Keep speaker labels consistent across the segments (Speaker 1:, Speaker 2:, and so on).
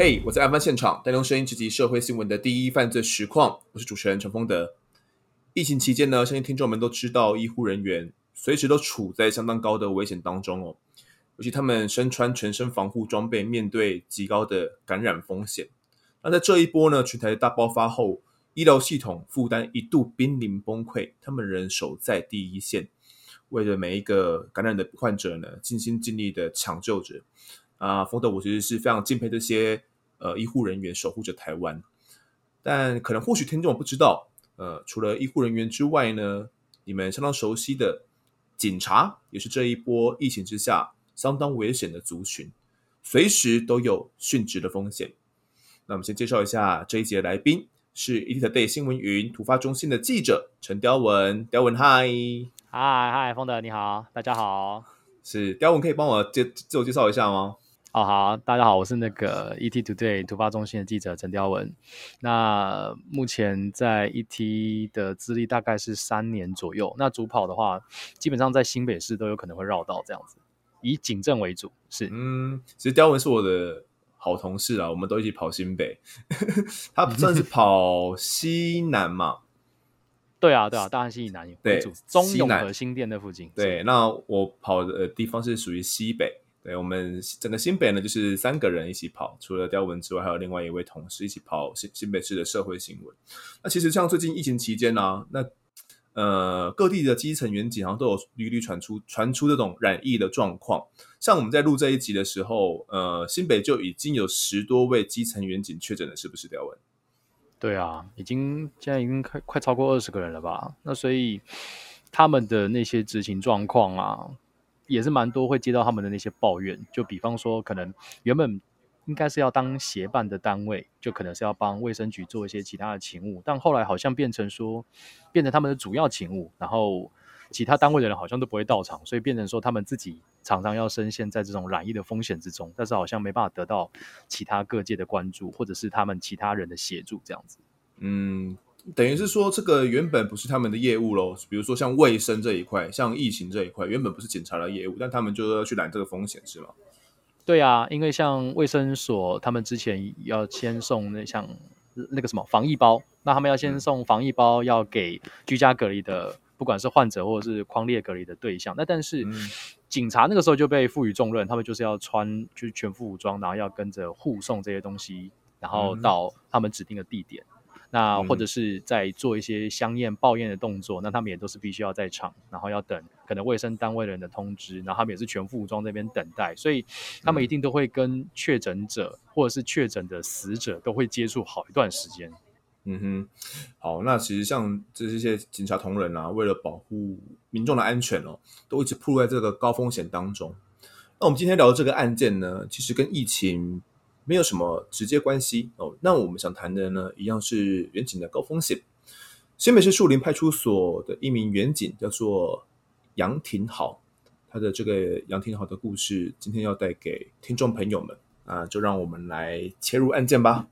Speaker 1: 嘿，我在案发现场，带动声音直击社会新闻的第一犯罪实况。我是主持人陈丰德。疫情期间呢，相信听众们都知道，医护人员随时都处在相当高的危险当中哦。尤其他们身穿全身防护装备，面对极高的感染风险。那在这一波呢，全台大爆发后，医疗系统负担一度濒临崩溃，他们仍守在第一线，为了每一个感染的患者呢，尽心尽力的抢救着。丰德，我其实是非常敬佩这些医护人员守护着台湾。但可能或许听众不知道，除了医护人员之外呢，你们相当熟悉的警察，也是这一波疫情之下相当危险的族群，随时都有殉职的风险。那我们先介绍一下这一节的来宾，是 ETtoday 新闻云突发中心的记者陈雕文。雕文，嗨，
Speaker 2: 嗨，丰德你好，大家好。
Speaker 1: 是雕文，可以帮我自我介绍一下吗？
Speaker 2: 好，大家好，我是那个 ETtoday 突发中心的记者陈雕文。那目前在 ET 的资历大概是3年左右。那主跑的话，基本上在新北市都有可能会绕道这样子，以警政为主。是，
Speaker 1: 其实雕文是我的好同事啊，我们都一起跑新北，他算是跑西南嘛。
Speaker 2: 对啊，大安西以南为主，中永和新店那附近。
Speaker 1: 对，那我跑的地方是属于西北。对，我们整个新北呢，就是3个人一起跑，除了雕文之外，还有另外一位同事一起跑新北市的社会新闻。那其实像最近疫情期间啊，那各地的基层员警好像都有屡屡传出这种染疫的状况。像我们在录这一集的时候，新北就已经有10多位基层员警确诊了，是不是雕文？
Speaker 2: 对啊，现在已经快超过20个人了吧？那所以他们的那些执行状况啊，也是蛮多会接到他们的那些抱怨。就比方说，可能原本应该是要当协办的单位，就可能是要帮卫生局做一些其他的勤务，但后来好像变成他们的主要勤务，然后其他单位的人好像都不会到场，所以变成说他们自己常常要深陷在这种染疫的风险之中，但是好像没办法得到其他各界的关注，或者是他们其他人的协助这样子。
Speaker 1: 等于是说这个原本不是他们的业务咯，比如说像卫生这一块，像疫情这一块，原本不是警察的业务，但他们就要去揽这个风险，是吗？
Speaker 2: 对啊，因为像卫生所他们之前要先送像那个什么防疫包，那他们要先送防疫包要给居家隔离的，不管是患者或者是匡列隔离的对象。那但是警察那个时候就被赋予重任，他们就是要穿就是全副武装，然后要跟着护送这些东西，然后到他们指定的地点。那或者是在做一些相验报验的动作，那他们也都是必须要在场，然后要等可能卫生单位的人的通知，然后他们也是全副武装在那边等待，所以他们一定都会跟确诊者或者是确诊的死者都会接触好一段时间。
Speaker 1: 好，那其实像这些警察同仁啊，为了保护民众的安全哦，都一直暴露在这个高风险当中。那我们今天聊的这个案件呢，其实跟疫情没有什么直接关系哦。那我们想谈的呢，一样是员警的高风险。新北市树林派出所的一名员警叫做杨廷豪，他的这个杨廷豪的故事，今天要带给听众朋友们啊，就让我们来切入案件吧。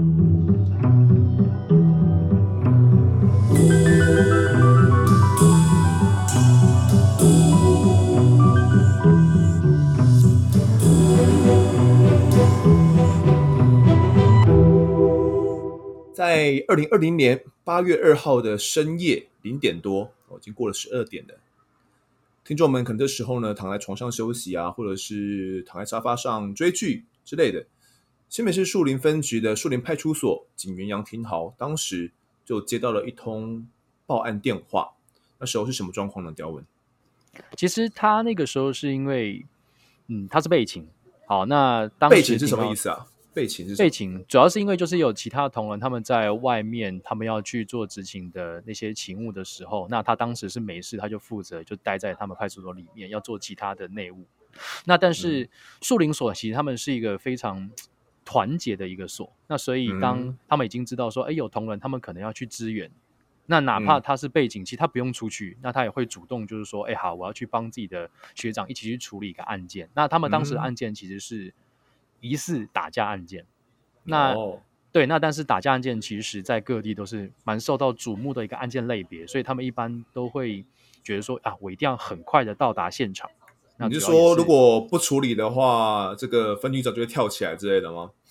Speaker 1: 在2020年8月2号的深夜0点多，已经过了12点了。听众们可能这时候呢，躺在床上休息啊，或者是躺在沙发上追剧之类的。新北市树林分局的树林派出所警员杨廷豪，当时就接到了一通报案电话。那时候是什么状况呢？刁文，
Speaker 2: 其实他那个时候是因为，他是备勤。好，那当时
Speaker 1: 备勤是什么意思啊？备勤是什么？
Speaker 2: 备勤主要是因为就是有其他的同仁他们在外面，他们要去做执勤的那些勤务的时候，那他当时是没事，他就负责就待在他们派出所里面，要做其他的内务。那但是树林所其实他们是一个非常团结的一个所，那所以当他们已经知道说，有同仁他们可能要去支援，那哪怕他是背景，其实他不用出去，那他也会主动就是说，好，我要去帮自己的学长一起去处理一个案件。那他们当时的案件其实是疑似打架案件。对，那但是打架案件其实在各地都是蛮受到瞩目的一个案件类别，所以他们一般都会觉得说我一定要很快的到达现场。
Speaker 1: 你是说如果不处理的话，这个分局长就会跳起来之类的吗？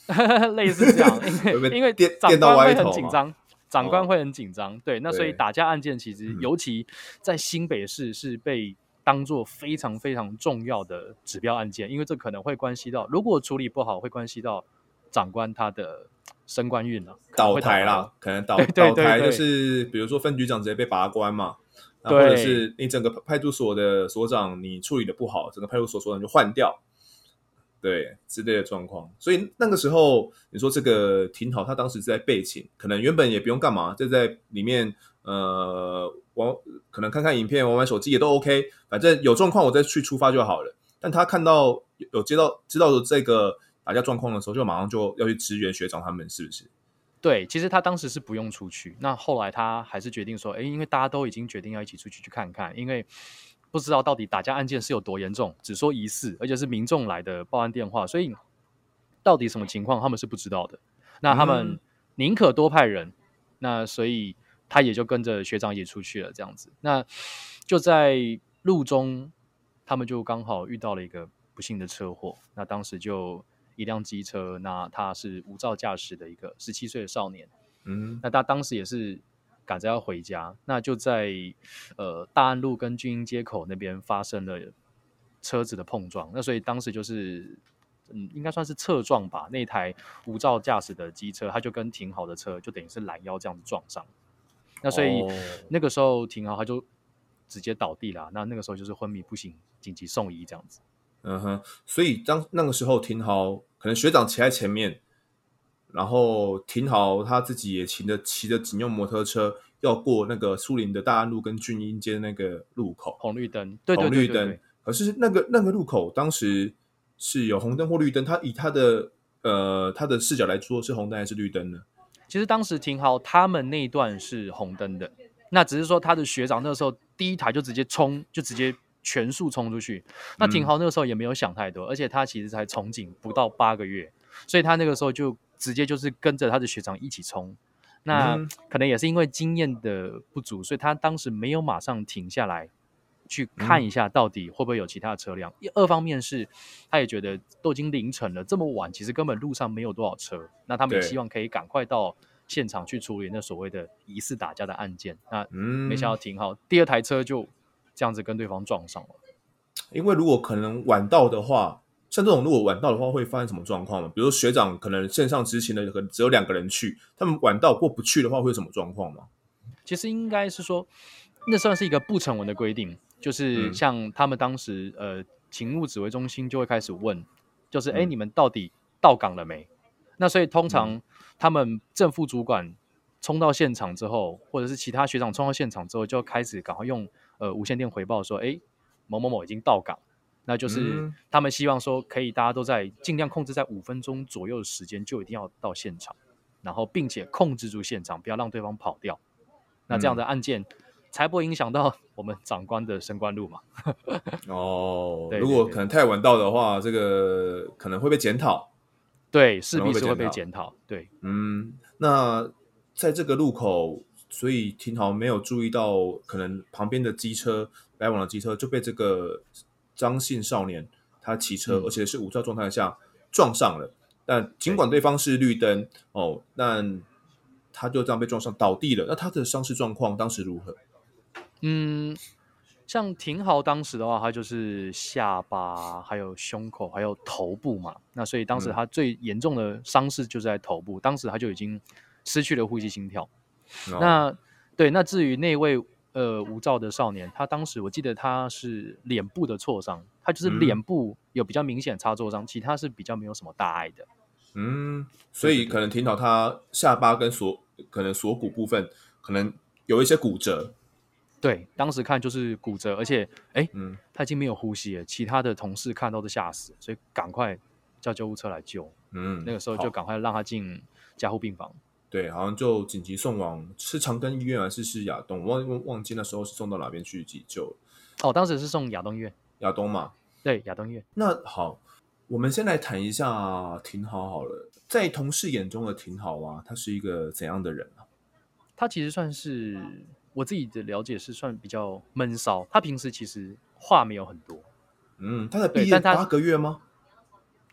Speaker 2: 类似这样，
Speaker 1: 会被
Speaker 2: 因为
Speaker 1: 电
Speaker 2: 长
Speaker 1: 电到歪
Speaker 2: 官会很
Speaker 1: 头嘛？
Speaker 2: 紧张，长官
Speaker 1: 哦，
Speaker 2: 会很紧张，对，那所以
Speaker 1: 对，
Speaker 2: 打架案件其实
Speaker 1: 嗯，
Speaker 2: 尤其在新北市是被当做非常非常重要的指标案件，因为这可能会关系到，如果处理不好，会关系到长官他的升官运了，可能
Speaker 1: 倒
Speaker 2: 会倒台哦。
Speaker 1: 台啦，可能
Speaker 2: 对对
Speaker 1: 倒台就
Speaker 2: 对对
Speaker 1: 是比如说分局长直接被拔关嘛，那或者
Speaker 2: 对，
Speaker 1: 是你整个派出所的所长你处理的不好，整个派出所所长就换掉，对之类的状况。所以那个时候你说这个挺好，他当时是在备勤，可能原本也不用干嘛，就在里面玩，可能看看影片、玩玩手机也都 OK，反正有状况我再去出发就好了。但他看到有知道这个打架状况的时候，就马上就要去支援学长他们，是不是？
Speaker 2: 对，其实他当时是不用出去，那后来他还是决定说，因为大家都已经决定要一起出去看看，因为不知道到底打架案件是有多严重，只说疑似，而且是民众来的报案电话，所以到底什么情况他们是不知道的。那他们
Speaker 1: 嗯，
Speaker 2: 宁可多派人，那所以他也就跟着学长一起出去了，这样子。那就在路中，他们就刚好遇到了一个不幸的车祸，那当时就一辆机车，那他是无照驾驶的一个17岁的少年，
Speaker 1: 嗯，
Speaker 2: 那他当时也是赶着要回家，那就在大安路跟军营街口那边发生了车子的碰撞，那所以当时就是应该算是侧撞吧，那台无照驾驶的机车，他就跟停好的车就等于是拦腰这样子撞上，那所以
Speaker 1: 哦，
Speaker 2: 那个时候停好他就直接倒地了，那个时候就是昏迷不醒，紧急送医这样子。
Speaker 1: 嗯哼，所以当那个时候廷豪可能学长骑在前面，然后廷豪他自己也骑着警用摩托车要过那个树林的大安路跟俊英街那个路口，
Speaker 2: 红绿灯，对对
Speaker 1: 红绿灯。
Speaker 2: 对对对，
Speaker 1: 可是那个路口当时是有红灯或绿灯，他以他的视角来说是红灯还是绿灯呢？
Speaker 2: 其实当时廷豪他们那一段是红灯的，那只是说他的学长那个时候第一台就直接冲，就直接全速冲出去。那廷
Speaker 1: 嗯
Speaker 2: 豪那个时候也没有想太多，而且他其实才从警不到8个月，所以他那个时候就直接就是跟着他的学长一起冲。那
Speaker 1: 嗯
Speaker 2: 可能也是因为经验的不足，所以他当时没有马上停下来去看
Speaker 1: 嗯
Speaker 2: 一下到底会不会有其他的车辆。二方面是他也觉得都已经凌晨了，这么晚其实根本路上没有多少车，那他们也希
Speaker 1: 对，
Speaker 2: 望可以赶快到现场去处理那所谓的疑似打架的案件。那没想
Speaker 1: 嗯，
Speaker 2: 到停好，第二台车就这样子跟对方撞上了。
Speaker 1: 因为如果可能晚到的话，像这种如果晚到的话，会发生什么状况吗？比如学长可能线上执勤的可能只有2个人去，他们晚到或不去的话，会有什么状况吗？
Speaker 2: 其实应该是说，那算是一个不成文的规定，就是
Speaker 1: 嗯
Speaker 2: 像他们当时勤务指挥中心就会开始问，就是
Speaker 1: 嗯
Speaker 2: 你们到底到岗了没？那所以通
Speaker 1: 嗯
Speaker 2: 常他们正副主管冲到现场之后，或者是其他学长冲到现场之后，就开始赶快用无线电回报说，某某某已经到岗。那就是
Speaker 1: 嗯
Speaker 2: 他们希望说，可以大家都在尽量控制在5分钟左右的时间，就一定要到现场，然后并且控制住现场，不要让对方跑掉。那这样
Speaker 1: 嗯，
Speaker 2: 的案件才不会影响到我们长官的升官路嘛。
Speaker 1: 哦，
Speaker 2: 对对对
Speaker 1: 如果可能太晚到的话，这个可能会被检讨，
Speaker 2: 对，
Speaker 1: 可能会
Speaker 2: 势必是会
Speaker 1: 被检讨。
Speaker 2: 被检讨。对，
Speaker 1: 那在这个路口，所以廷豪没有注意到，可能旁边的机车来往的机车就被这个张姓少年他骑车，而
Speaker 2: 嗯，
Speaker 1: 且是无照状态下撞上了。但尽
Speaker 2: 对，
Speaker 1: 管对方是绿灯哦，但他就这样被撞上倒地了。那他的伤势状况当时如何？
Speaker 2: 嗯，像廷豪当时的话，他就是下巴、还有胸口、还有头部嘛。那所以当时
Speaker 1: 嗯，
Speaker 2: 他最严重的伤势就在头部，当时他就已经失去了呼吸、心跳。
Speaker 1: 哦，
Speaker 2: 那对，那至于那位无照的少年，他当时我记得他是脸部的挫伤，他就是
Speaker 1: 嗯
Speaker 2: 脸部有比较明显的擦挫伤，其他是比较没有什么大碍的。
Speaker 1: 所
Speaker 2: 对对对
Speaker 1: 以可能廷豪他下巴跟可能锁骨部分可能有一些骨折。
Speaker 2: 对，当时看就是骨折，而且
Speaker 1: 嗯，
Speaker 2: 他已经没有呼吸了，其他的同事看到都吓死，所以赶快叫救护车来救。那个时候就
Speaker 1: 好。
Speaker 2: 赶快让他进加护病房。
Speaker 1: 对，好像就紧急送往是长庚医院还是亚东，忘记那时候是送到哪边去急救了。
Speaker 2: 哦，当时是送亚东医院，
Speaker 1: 亚东嘛。
Speaker 2: 对，亚东医院。
Speaker 1: 那好，我们先来谈一下廷豪好了。在同事眼中的廷豪啊，他是一个怎样的人啊？
Speaker 2: 他其实算是我自己的了解是算比较闷骚，他平时其实话没有很多，
Speaker 1: 他才
Speaker 2: 对，
Speaker 1: 毕业
Speaker 2: 但他
Speaker 1: 8个月吗？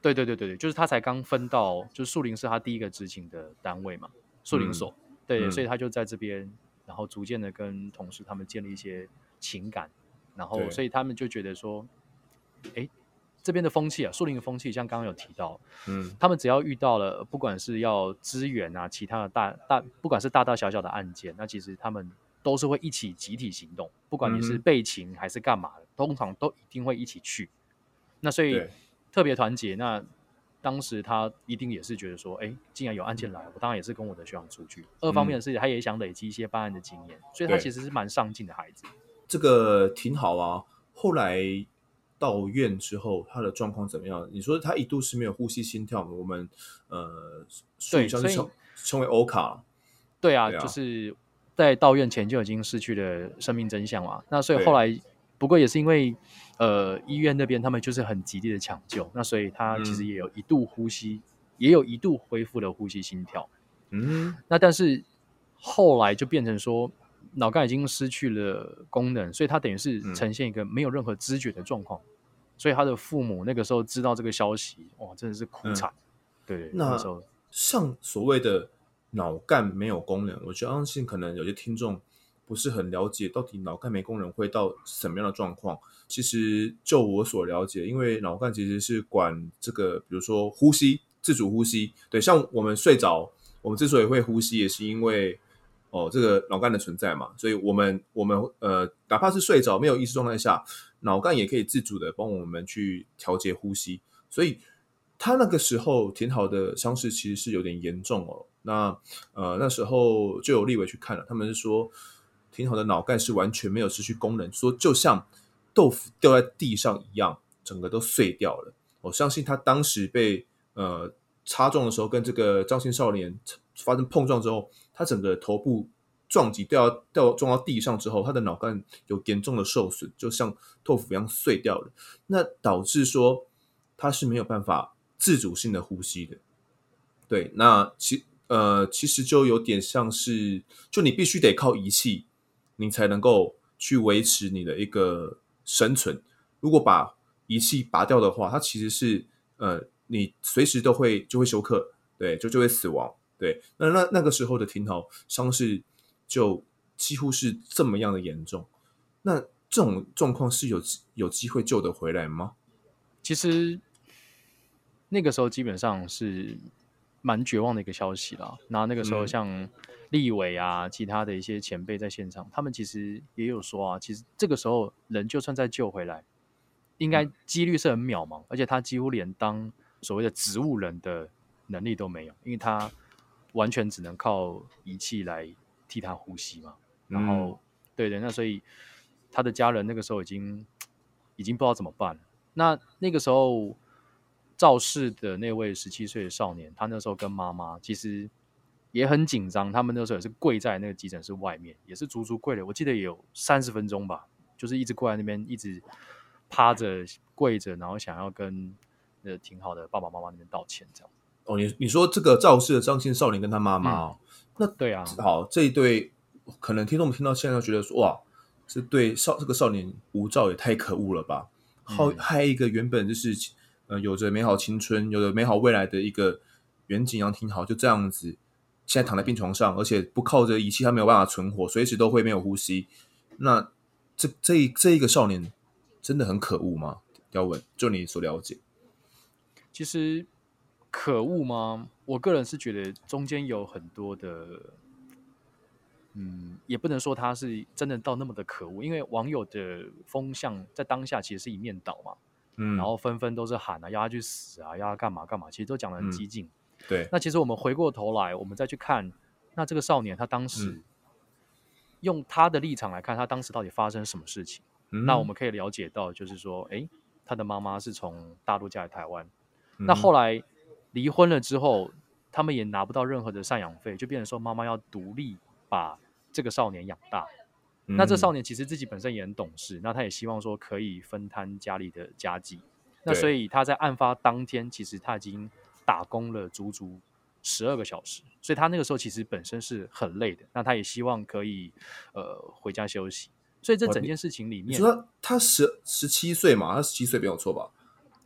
Speaker 2: 对对对对对，就是他才刚分到，就是树林是他第一个执勤的单位嘛，树林所，对，所以他就在这边，然后逐渐的跟同事他们建立一些情感，然后所以他们就觉得说，哎，这边的风气啊，树林的风气，像刚刚有提到，他们只要遇到了，不管是要支援啊，其他的不管是大大小小的案件，那其实他们都是会一起集体行动，不管你是备勤还是干嘛的，通常都一定会一起去。那所以特别团结。那当时他一定也是觉得说，哎，既然有案件来，我当然也是跟我的学长出去。二方面是他也想累积一些办案的经验，所以他其实是蛮上进的孩子。
Speaker 1: 这个挺好啊。后来到院之后，他的状况怎么样？你说他一度是没有呼吸心跳，我们术语上是称为欧卡。
Speaker 2: 对啊，就是在到院前就已经失去了生命真相嘛。那所以后来，不过也是因为医院那边他们就是很极力的抢救，那所以他其实也有一度呼吸，也有一度恢复了呼吸心跳。那但是后来就变成说，脑干已经失去了功能，所以他等于是呈现一个没有任何知觉的状况。所以他的父母那个时候知道这个消息，哇，真的是哭惨。对，那时候
Speaker 1: 像所谓的脑干没有功能，我相信可能有些听众不是很了解到底脑干没功能会到什么样的状况。其实就我所了解，因为脑干其实是管这个，比如说呼吸、自主呼吸。对，像我们睡着，我们之所以会呼吸，也是因为这个脑干的存在嘛。所以我们哪怕是睡着没有意识状态下，脑干也可以自主的帮我们去调节呼吸。所以他那个时候田豪的伤势其实是有点严重哦。那时候就有立委去看了，他们是说田豪的脑干是完全没有失去功能，说就像豆腐掉在地上一样，整个都碎掉了。我相信他当时被插中的时候，跟这个张姓少年发生碰撞之后，他整个头部撞击撞到地上之后，他的脑干有严重的受损，就像豆腐一样碎掉了。那导致说他是没有办法自主性的呼吸的。对，那其实就有点像是，就你必须得靠仪器，你才能够去维持你的一个生存。如果把仪器拔掉的话，它其实是你随时就会休克，对，就会死亡。对，那个时候的廷豪伤势就几乎是这么样的严重。那这种状况是有机会救得回来吗？
Speaker 2: 其实那个时候基本上是蛮绝望的一个消息啦。那个时候像立委啊，其他的一些前辈在现场，他们其实也有说啊，其实这个时候人就算再救回来，应该几率是很渺茫，而且他几乎连当所谓的植物人的能力都没有，因为他完全只能靠仪器来替他呼吸嘛。然后，对的，那所以他的家人那个时候已经不知道怎么办了。那个时候，肇事的那位17岁的少年，他那时候跟妈妈其实也很紧张，他们那时候也是跪在那个急诊室外面，也是足足跪了，我记得也有30分钟吧，就是一直跪在那边，一直趴着跪着，然后想要跟挺好的爸爸妈妈那边道歉这样。
Speaker 1: 哦，你说这个肇事的张姓少年跟他妈妈哦，那
Speaker 2: 对啊，
Speaker 1: 好，这一对可能听众们听到现在觉得说，哇，这个少年无照也太可恶了吧！害一个原本就是有着美好青春、有着美好未来的一个远景杨廷豪，就这样子现在躺在病床上，而且不靠着仪器，他没有办法存活，随时都会没有呼吸。那这一个少年真的很可恶吗？要问，就你所了解，
Speaker 2: 其实可恶吗？我个人是觉得中间有很多的，也不能说他是真的到那么的可恶，因为网友的风向在当下其实是一面倒嘛，然后纷纷都是喊啊，要他去死啊，要他干嘛干嘛，其实都讲得很激进。
Speaker 1: 对，
Speaker 2: 那其实我们回过头来，我们再去看，那这个少年他当时用他的立场来看，他当时到底发生什么事情？那我们可以了解到，就是说，他的妈妈是从大陆嫁来台湾，那后来离婚了之后，他们也拿不到任何的赡养费，就变成说妈妈要独立把这个少年养大。那这少年其实自己本身也很懂事，那他也希望说可以分摊家里的家计。那所以他在案发当天，其实他已经打工了足足12个小时，所以他那个时候其实本身是很累的。那他也希望可以回家休息。所以这整件事情里面，
Speaker 1: 你说他17岁嘛，他17岁没有错吧？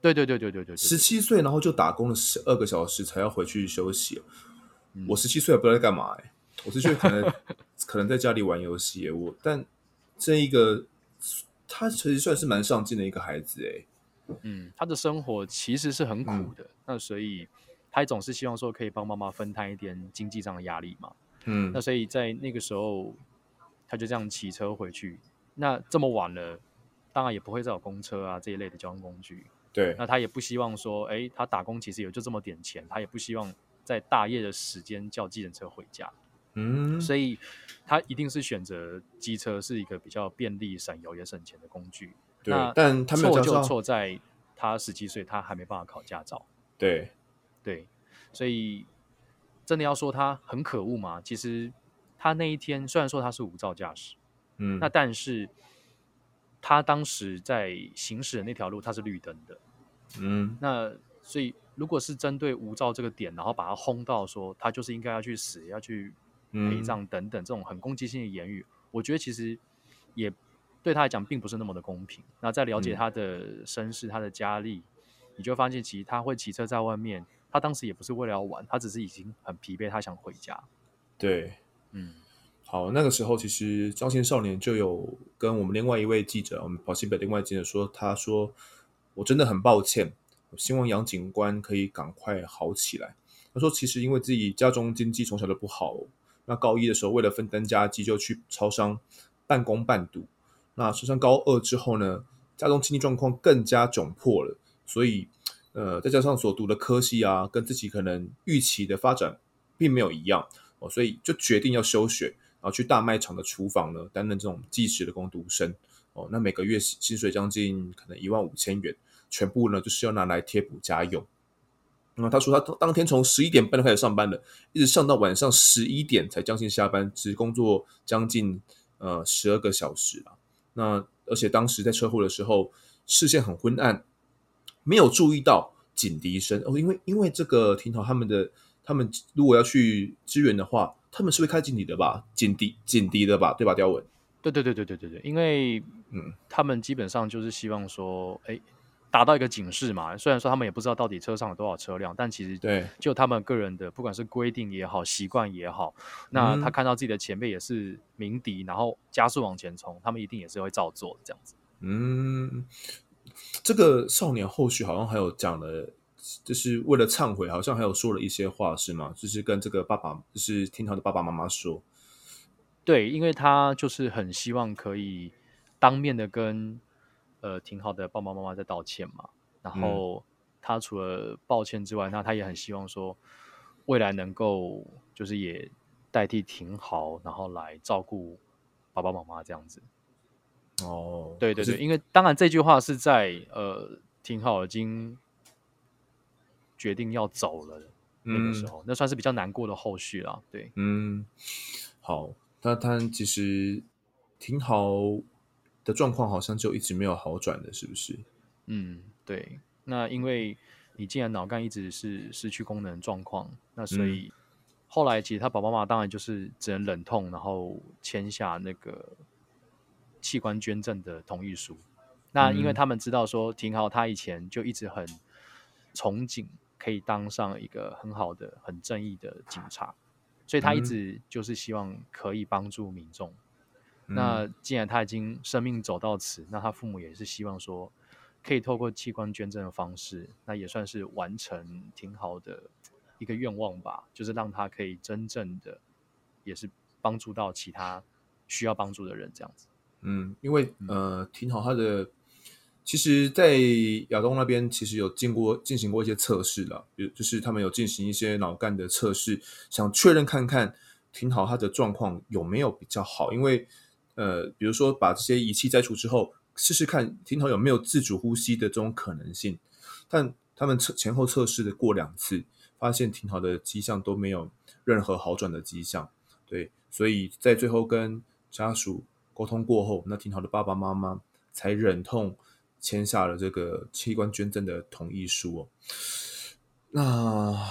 Speaker 2: 对对对对对对对对对，
Speaker 1: 17岁，然后就打工了12个小时才要回去休息。我
Speaker 2: 嗯，
Speaker 1: 17岁也不知道在干嘛我17岁可能在家里玩游戏但这一个他其实算是蛮上进的一个孩子
Speaker 2: 他的生活其实是很苦
Speaker 1: 嗯
Speaker 2: 的，那所以他也总是希望说可以帮妈妈分摊一点经济上的压力嘛。那
Speaker 1: 嗯，
Speaker 2: 所以在那个时候，他就这样骑车回去。那这么晚了，当然也不会再有公车啊这一类的交通工具。
Speaker 1: 对，
Speaker 2: 那他也不希望说，他打工其实也就这么点钱，他也不希望在大夜的时间叫计程车回家，
Speaker 1: 嗯
Speaker 2: 所以他一定是选择机车是一个比较便利、省油也省钱的工具。
Speaker 1: 对，
Speaker 2: 那
Speaker 1: 但他没有
Speaker 2: 错就
Speaker 1: 驾照，
Speaker 2: 错在他17岁，他还没办法考驾照。
Speaker 1: 对，
Speaker 2: 对，所以真的要说他很可恶嘛，其实他那一天虽然说他是无照驾驶，那
Speaker 1: 嗯
Speaker 2: 但是他当时在行驶的那条路他是绿灯的，
Speaker 1: 嗯
Speaker 2: 那所以如果是针对无照这个点，然后把他轰到说他就是应该要去死，要去陪
Speaker 1: 嗯
Speaker 2: 葬等等这种很攻击性的言语，我觉得其实也对他来讲并不是那么的公平。那在了解
Speaker 1: 嗯，
Speaker 2: 他的身世、他的家历，你就会发现其实他会骑车在外面，他当时也不是为了要玩，他只是已经很疲惫，他想回家。
Speaker 1: 对。
Speaker 2: 嗯
Speaker 1: 好，那个时候其实张姓少年就有跟我们另外一位记者，我们跑西北另外记者说，他说我真的很抱歉，我希望杨警官可以赶快好起来。他说其实因为自己家中经济从小就不好，那高一的时候为了分担家计就去超商半工半读，那升上高二之后呢，家中经济状况更加窘迫了，所以再加上所读的科系啊，跟自己可能预期的发展并没有一样所以就决定要休学。然后去大卖场的厨房呢担任这种计时的工读生那每个月薪水将近可能15000元，全部呢就是要拿来贴补家用。那他说他当天从11点半就开始上班了，一直上到晚上11点才将近下班，只工作将近12个小时啦。那而且当时在车祸的时候视线很昏暗，没有注意到警笛声因为这个停好他们如果要去支援的话，他们是会开警笛的吧？警笛的吧？对吧？刁文，
Speaker 2: 对对对对对对对，因为
Speaker 1: 嗯，
Speaker 2: 他们基本上就是希望说，达到一个警示嘛。虽然说他们也不知道到底车上有多少车辆，但其实
Speaker 1: 对，
Speaker 2: 就他们个人的，不管是规定也好，习惯也好，那他
Speaker 1: 嗯
Speaker 2: 看到自己的前辈也是鸣笛，然后加速往前冲，他们一定也是会照做这样子。
Speaker 1: 嗯，这个少年后续好像还有讲了，就是为了忏悔，好像还有说了一些话，是吗？就是跟这个爸爸，就是听他的爸爸妈妈说，
Speaker 2: 对，因为他就是很希望可以当面的跟挺好的爸爸妈妈在道歉嘛。然
Speaker 1: 嗯
Speaker 2: 后他除了抱歉之外，那他也很希望说未来能够就是也代替挺好，然后来照顾爸爸妈妈这样子。对对对，
Speaker 1: 可是
Speaker 2: 因为当然这句话是在挺好已经决定要走了那个时
Speaker 1: 嗯
Speaker 2: 候，那算是比较难过的后续啦。对。
Speaker 1: 嗯，好，那他其实挺好的状况，好像就一直没有好转的，是不是？
Speaker 2: 对。那因为你既然脑干一直是失去功能状况，那所
Speaker 1: 嗯
Speaker 2: 以后来其实他爸爸妈妈当然就是只能忍痛，然后签下那个器官捐赠的同意书。那因为
Speaker 1: 嗯
Speaker 2: 他们知道说廷豪他以前就一直很憧憬可以当上一个很好的、很正义的警察，所以他一
Speaker 1: 嗯
Speaker 2: 直就是希望可以帮助民众。
Speaker 1: 嗯
Speaker 2: 那既然他已经生命走到此，那他父母也是希望说，可以透过器官捐赠的方式，那也算是完成挺好的一个愿望吧，就是让他可以真正的也是帮助到其他需要帮助的人，这样子。
Speaker 1: 因为挺好，他的其实，在亚东那边其实有进行过一些测试了，比如就是他们有进行一些脑干的测试，想确认看看挺好他的状况有没有比较好，因为比如说把这些仪器摘除之后，试试看挺好有没有自主呼吸的这种可能性，但他们前后测试的过2次，发现挺好的迹象都没有任何好转的迹象，对，所以在最后跟家属沟通过后，那挺好的爸爸妈妈才忍痛签下了这个器官捐赠的同意书那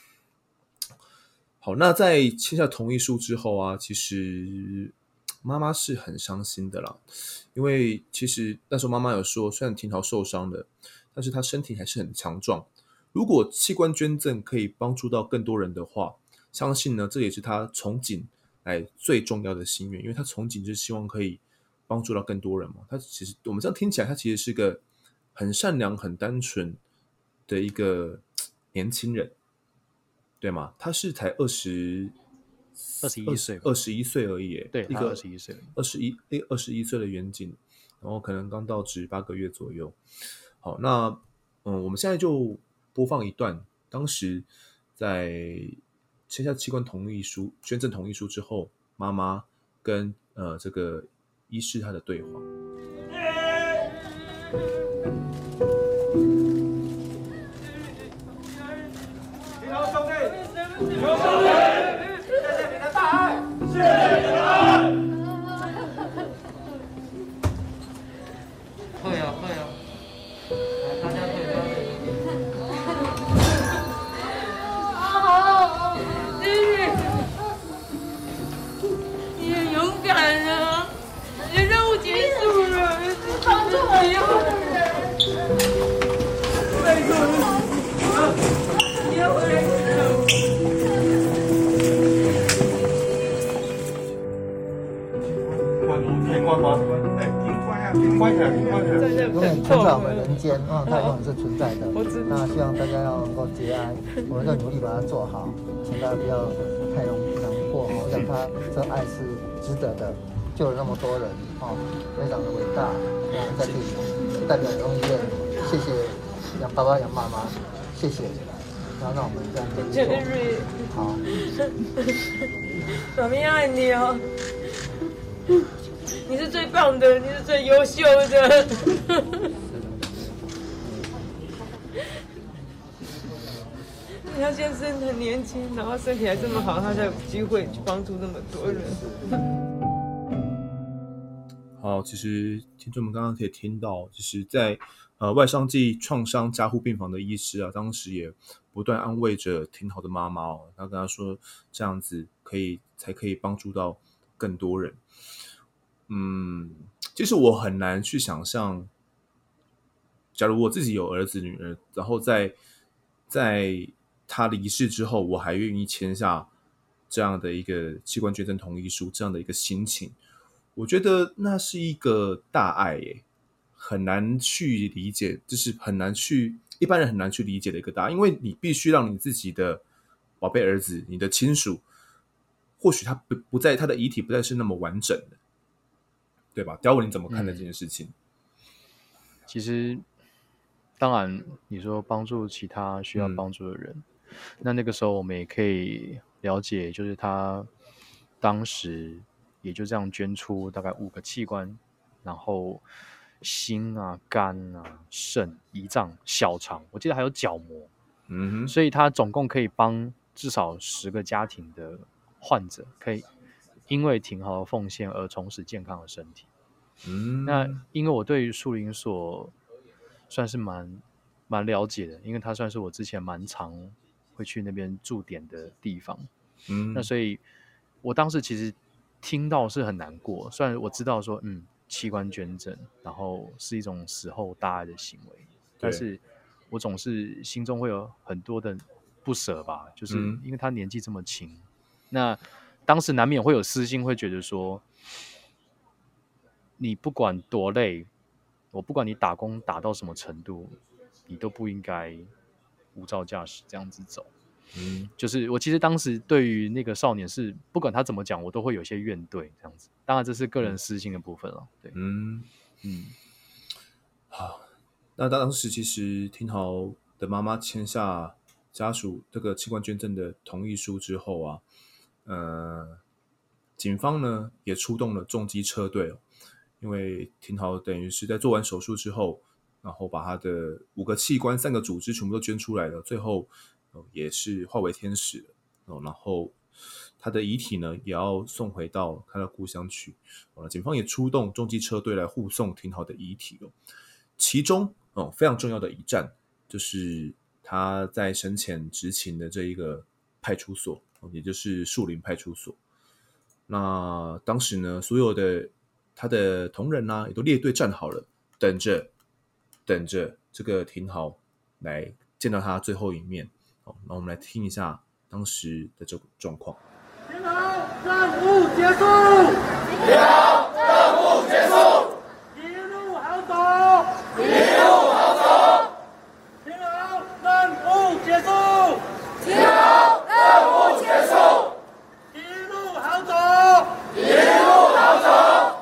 Speaker 1: 好，那在签下同意书之后啊，其实妈妈是很伤心的啦，因为其实那时候妈妈有说，虽然廷豪受伤了， 但是他身体还是很强壮。如果器官捐赠可以帮助到更多人的话，相信呢，这也是他从警最重要的心愿，因为他从警就是希望可以帮助到更多人嘛。他其实我们这样听起来，他其实是个很善良、很单纯的一个年轻人，对吗？他是才
Speaker 2: 21岁吧，
Speaker 1: 21岁而已耶，
Speaker 2: 对，他
Speaker 1: 一个
Speaker 2: 21岁而已。
Speaker 1: 21岁的远景，然后可能刚到职8个月左右。好，那我们现在就播放一段当时在签下器官同意书、捐赠同意书之后，妈妈跟这个医师他的对话。
Speaker 3: 你好，兄弟！你好，兄弟！谢谢你的大爱，谢谢你的爱。
Speaker 4: 会啊会啊，来大家退下退。
Speaker 5: 你很勇敢啊！你的任务结束了，你是帮助很有的人。拜托你，你要回来看我。
Speaker 3: 停关起来，停关起来。
Speaker 6: 永远存在我们人间啊，它永远是存在的。那希望大家要能够节哀，我们要努力把它做好，请大家不要太难过哦。让他这爱是值得的，救了那么多人哦，非常的伟大。那在这里代表荣医院，谢谢杨爸爸、杨妈妈，谢谢。然后让我们这样子做。好。
Speaker 5: 妈咪爱你哦。你是最棒的，你是最优秀的。他先生很年轻，然后身体还这么好，他才有机会去帮助那么多人。
Speaker 1: 好，其实听众们刚刚可以听到，就是在外伤暨创伤加护病房的医师啊，当时也不断安慰着廷豪的妈妈哦，他跟他说这样子才可以帮助到更多人。其实我很难去想象，假如我自己有儿子女儿，然后在他离世之后，我还愿意签下这样的一个器官捐赠同意书，这样的一个心情，我觉得那是一个大爱耶，很难去理解，就是一般人很难去理解的一个大爱，因为你必须让你自己的宝贝儿子、你的亲属，或许他不在，他的遗体不再是那么完整的。对吧？刁文，你怎么看待这件事情？
Speaker 2: 其实，当然，你说帮助其他需要帮助的人，那个时候我们也可以了解，就是他当时也就这样捐出大概5个器官，然后心啊、肝啊、肾、胰脏、小肠，我记得还有角膜，所以他总共可以帮至少10个家庭的患者可以因为廷豪的奉献而重拾健康的身体。那因为我对于树林所算是蛮了解的，因为它算是我之前蛮常会去那边驻点的地方。那所以我当时其实听到是很难过，虽然我知道说器官捐赠然后是一种死后大爱的行为，但是我总是心中会有很多的不舍吧，就是因为他年纪这么轻，那当时难免会有私心，会觉得说，你不管多累，我不管你打工打到什么程度，你都不应该无照驾驶这样子走。就是我其实当时对于那个少年是不管他怎么讲，我都会有些怨怼这样子。当然这是个人私心的部分了。对，
Speaker 1: 好，那当时其实廷豪的妈妈签下家属这个器官捐赠的同意书之后啊，警方呢也出动了重机车队，因为廷豪等于是在做完手术之后，然后把他的5个器官、3个组织全部都捐出来了，最后也是化为天使了，然后他的遗体呢也要送回到他的故乡去，警方也出动重机车队来护送廷豪的遗体哦。其中非常重要的一站就是他在生前执勤的这一个派出所，也就是树林派出所。那当时呢，所有的他的同仁啊，也都列队站好了，等着这个廷豪来见到他最后一面。那我们来听一下当时的这个状况。
Speaker 3: 廷豪，任务结束！廷豪，任务结束！一路好走！一路好走！廷豪，任务结束！廷豪，任务结束！一路好走！一路好走！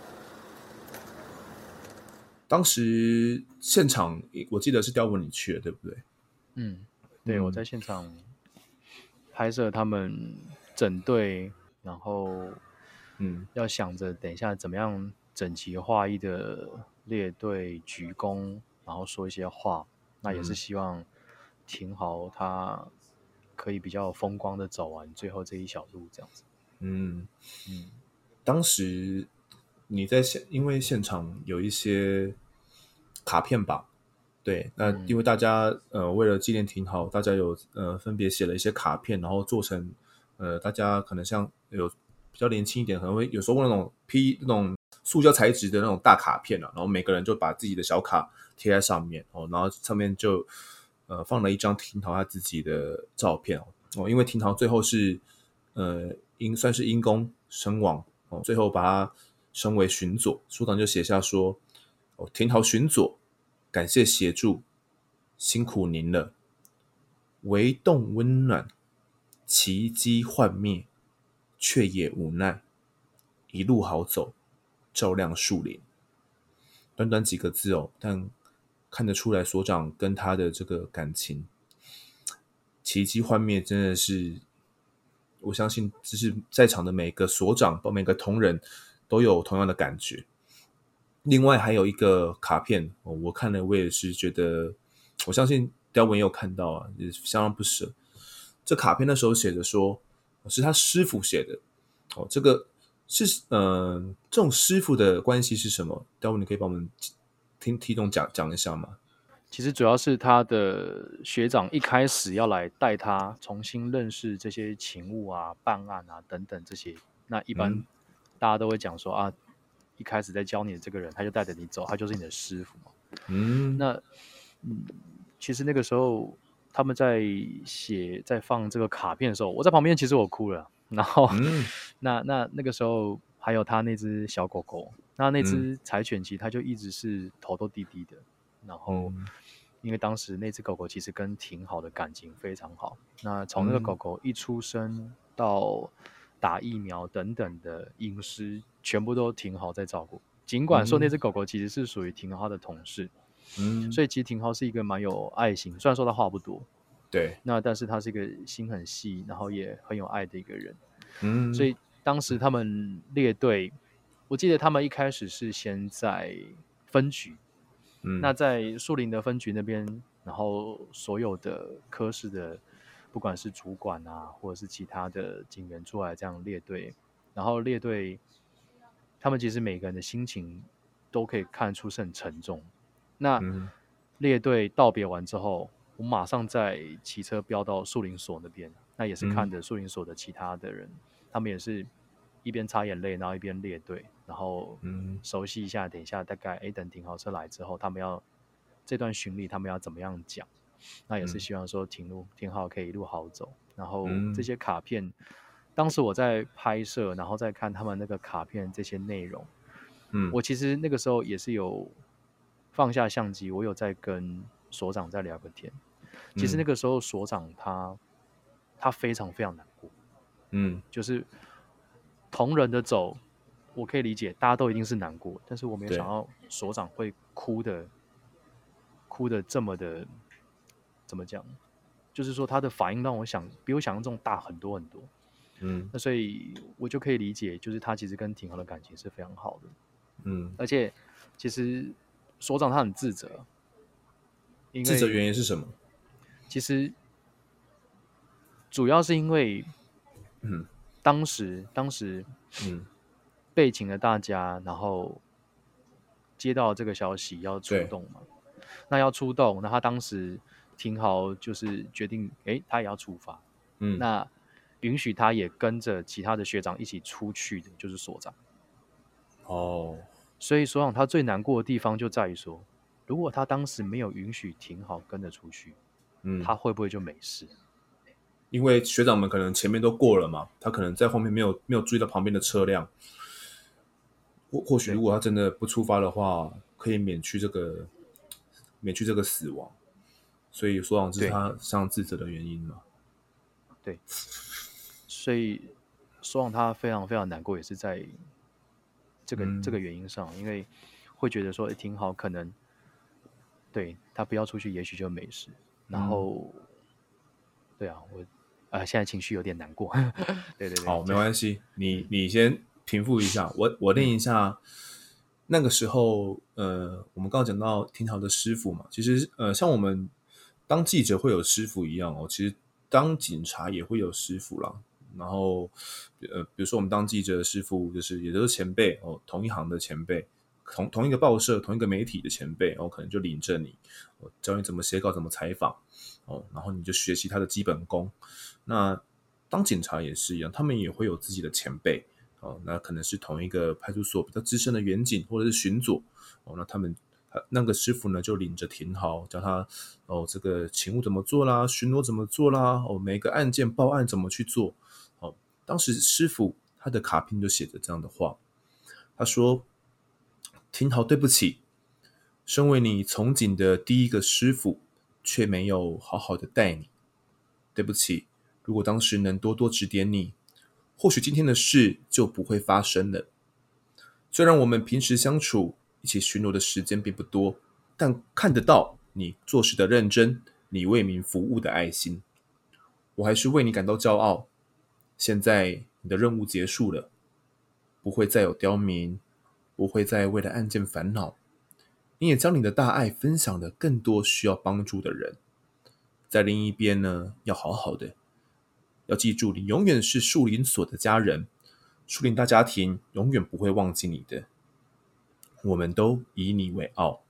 Speaker 1: 当时现场我记得是刁文你去了，对不对？
Speaker 2: 对，我在现场拍摄他们整队，然后要想着等一下怎么样整齐划一的列队鞠躬，然后说一些话，那也是希望廷豪他可以比较风光的走完最后这一小路这样子。
Speaker 1: 当时你在因为现场有一些卡片吧，对，那因为大家为了纪念廷豪，大家有分别写了一些卡片，然后做成大家可能像有比较年轻一点，可能会有时候用那种塑胶材质的那种大卡片然后每个人就把自己的小卡贴在上面然后上面就放了一张廷豪他自己的照片因为廷豪最后是算是因公身亡最后把他升为巡佐，署长就写下说廷豪巡佐感谢协助，辛苦您了。微动温暖，奇迹幻灭，却也无奈。一路好走，照亮树林。短短几个字但看得出来所长跟他的这个感情。奇迹幻灭真的是，我相信就是在场的每个所长、每个同仁都有同样的感觉。另外还有一个卡片我看了我也是觉得，我相信刁文也有看到也相当不舍。这卡片那时候写的说是他师傅写的这个是这种师傅的关系是什么？刁文你可以帮我们听众讲一下吗？
Speaker 2: 其实主要是他的学长一开始要来带他重新认识这些勤务啊、办案啊等等这些。那一般大家都会讲说一开始在教你的这个人，他就带着你走，他就是你的师傅嘛。其实那个时候他们在放这个卡片的时候，我在旁边，其实我哭了。然后那个时候还有他那只小狗狗，那只柴犬其实它就一直是头都低低的。然后因为当时那只狗狗其实跟廷豪的感情非常好，那从那个狗狗一出生到打疫苗等等的饮食全部都廷豪在照顾，尽管说那只狗狗其实是属于廷豪的同事，所以其实廷豪是一个蛮有爱心，虽然说他话不多，
Speaker 1: 对，
Speaker 2: 那但是他是一个心很细，然后也很有爱的一个人，所以当时他们列队，我记得他们一开始是先在分局，那在树林的分局那边，然后所有的科室的不管是主管或者是其他的警员出来这样列队，然后列队他们其实每个人的心情都可以看出是很沉重。那列队道别完之后，我马上再骑车飙到树林所那边，那也是看着树林所的其他的人，他们也是一边擦眼泪，然后一边列队，然后熟悉一下，等一下大概等停好车来之后，他们要这段巡礼他们要怎么样讲，那也是希望说廷豪可以一路好走。然后这些卡片当时我在拍摄，然后再看他们那个卡片这些内容，我其实那个时候也是有放下相机，我有在跟所长在聊个天。其实那个时候所长他非常非常难过，就是同仁的走，我可以理解，大家都一定是难过，但是我没有想到所长会哭的这么的，怎么讲？就是说他的反应让我比我想象中大很多很多。那所以我就可以理解，就是他其实跟廷豪的感情是非常好的。而且其实所长他很自责，因为
Speaker 1: 自责原因是什么？
Speaker 2: 其实主要是因为，当时备请了大家，然后接到这个消息要出动嘛，那要出动，那他当时廷豪就是决定，他也要出发，那允许他也跟着其他的学长一起出去的，就是所长。所以所长他最难过的地方就在于说， 如果他当时没有允许停好跟着出去，他会不会就没事？
Speaker 1: 因为学长们可能前面都过了嘛，他可能在后面没有注意到旁边的车辆，或许如果他真的不出发的话，可以免去这个死亡。所以说，这是他非常自责的原因嘛。
Speaker 2: 对，所以说让他非常非常难过，也是在这个原因上，因为会觉得说，挺好，可能对他不要出去，也许就没事。然后，对啊，我现在情绪有点难过。对，
Speaker 1: 好，没关系，你先平复一下，我念一下。那个时候，我们刚刚讲到挺好的师傅嘛，其实像我们当记者会有师傅一样哦，其实当警察也会有师傅啦。然后，比如说我们当记者的师傅，也都是前辈哦，同一行的前辈，同一个报社、同一个媒体的前辈，然后可能就领着你，教你怎么写稿、怎么采访哦，然后你就学习他的基本功。那当警察也是一样，他们也会有自己的前辈哦，那可能是同一个派出所比较资深的员警或者是巡佐哦，那个师傅呢就领着廷豪，教他这个勤务怎么做啦，巡逻怎么做啦，每个案件报案怎么去做哦。当时师傅他的卡片就写着这样的话，他说：“廷豪，对不起，身为你从警的第一个师傅，却没有好好的带你，对不起。如果当时能多多指点你，或许今天的事就不会发生了。虽然我们平时相处一起巡逻的时间并不多，但看得到你做事的认真，你为民服务的爱心，我还是为你感到骄傲。现在你的任务结束了，不会再有刁民，不会再为了案件烦恼，你也将你的大爱分享了更多需要帮助的人。在另一边呢，要好好的，要记住你永远是树林所的家人，树林大家庭永远不会忘记你的，我们都以你为傲。”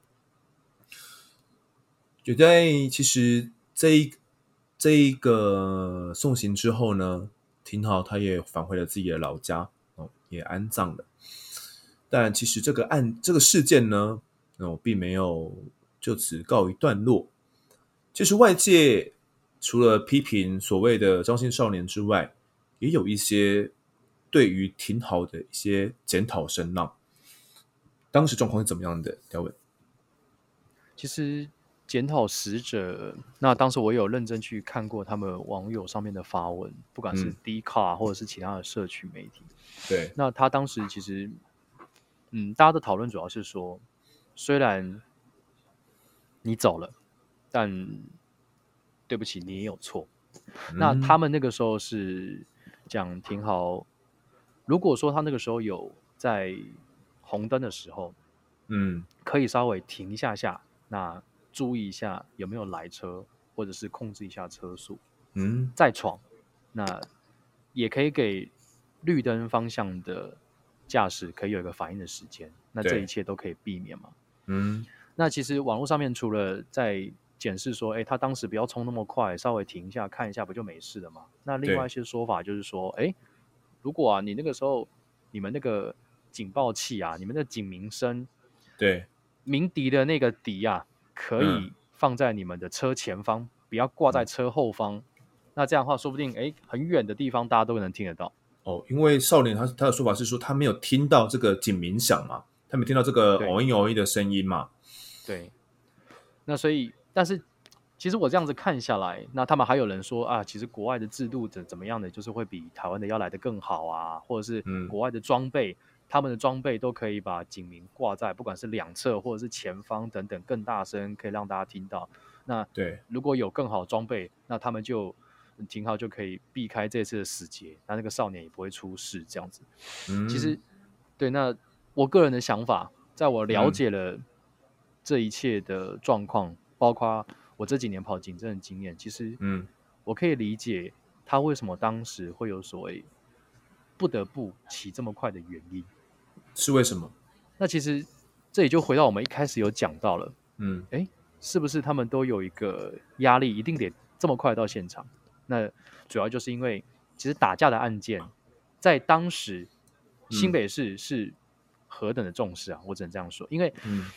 Speaker 1: 就在其实这一个送行之后呢，廷豪他也返回了自己的老家也安葬了。但其实这个事件呢，并没有就此告一段落。其实外界除了批评所谓的张姓少年之外，也有一些对于廷豪的一些检讨声浪。当时状况是怎么样的？廖文，
Speaker 2: 其实检讨使者，那当时我有认真去看过他们网友上面的发文，不管是 Dcard 或者是其他的社群媒体。
Speaker 1: 对，
Speaker 2: 那他当时其实，大家的讨论主要是说，虽然你走了，但对不起，你也有错。那他们那个时候是讲挺好，如果说他那个时候有在红灯的时候，可以稍微停一下，那注意一下有没有来车，或者是控制一下车速，再闯，那也可以给绿灯方向的驾驶可以有一个反应的时间，那这一切都可以避免嘛。那其实网络上面除了在检视说，他当时不要冲那么快，稍微停一下看一下不就没事了嘛？那另外一些说法就是说，如果你那个时候你们那个警报器啊，你们的警鸣声，
Speaker 1: 对，
Speaker 2: 鸣笛的那个笛啊，可以放在你们的车前方，不要挂在车后方。那这样的话，说不定很远的地方大家都能听得到。
Speaker 1: 因为少年他的说法是说他没有听到这个警鸣响嘛，他没听到这个偶一的声音嘛。
Speaker 2: 对，那所以，但是其实我这样子看下来，那他们还有人说啊，其实国外的制度怎么样的，就是会比台湾的要来得更好啊，或者是国外的装备，他们的装备都可以把警鸣挂在不管是两侧或者是前方等等更大声，可以让大家听到。那如果有更好的装备，那他们就廷豪就可以避开这次的死劫，那个少年也不会出事这样子。其实对，那我个人的想法，在我了解了这一切的状况，包括我这几年跑警政的经验，其实我可以理解他为什么当时会有所谓不得不骑这么快的原因。
Speaker 1: 是为什么？
Speaker 2: 那其实这也就回到我们一开始有讲到了，是不是他们都有一个压力，一定得这么快到现场？那主要就是因为其实打架的案件，在当时新北市是何等的重视啊！我只能这样说，因为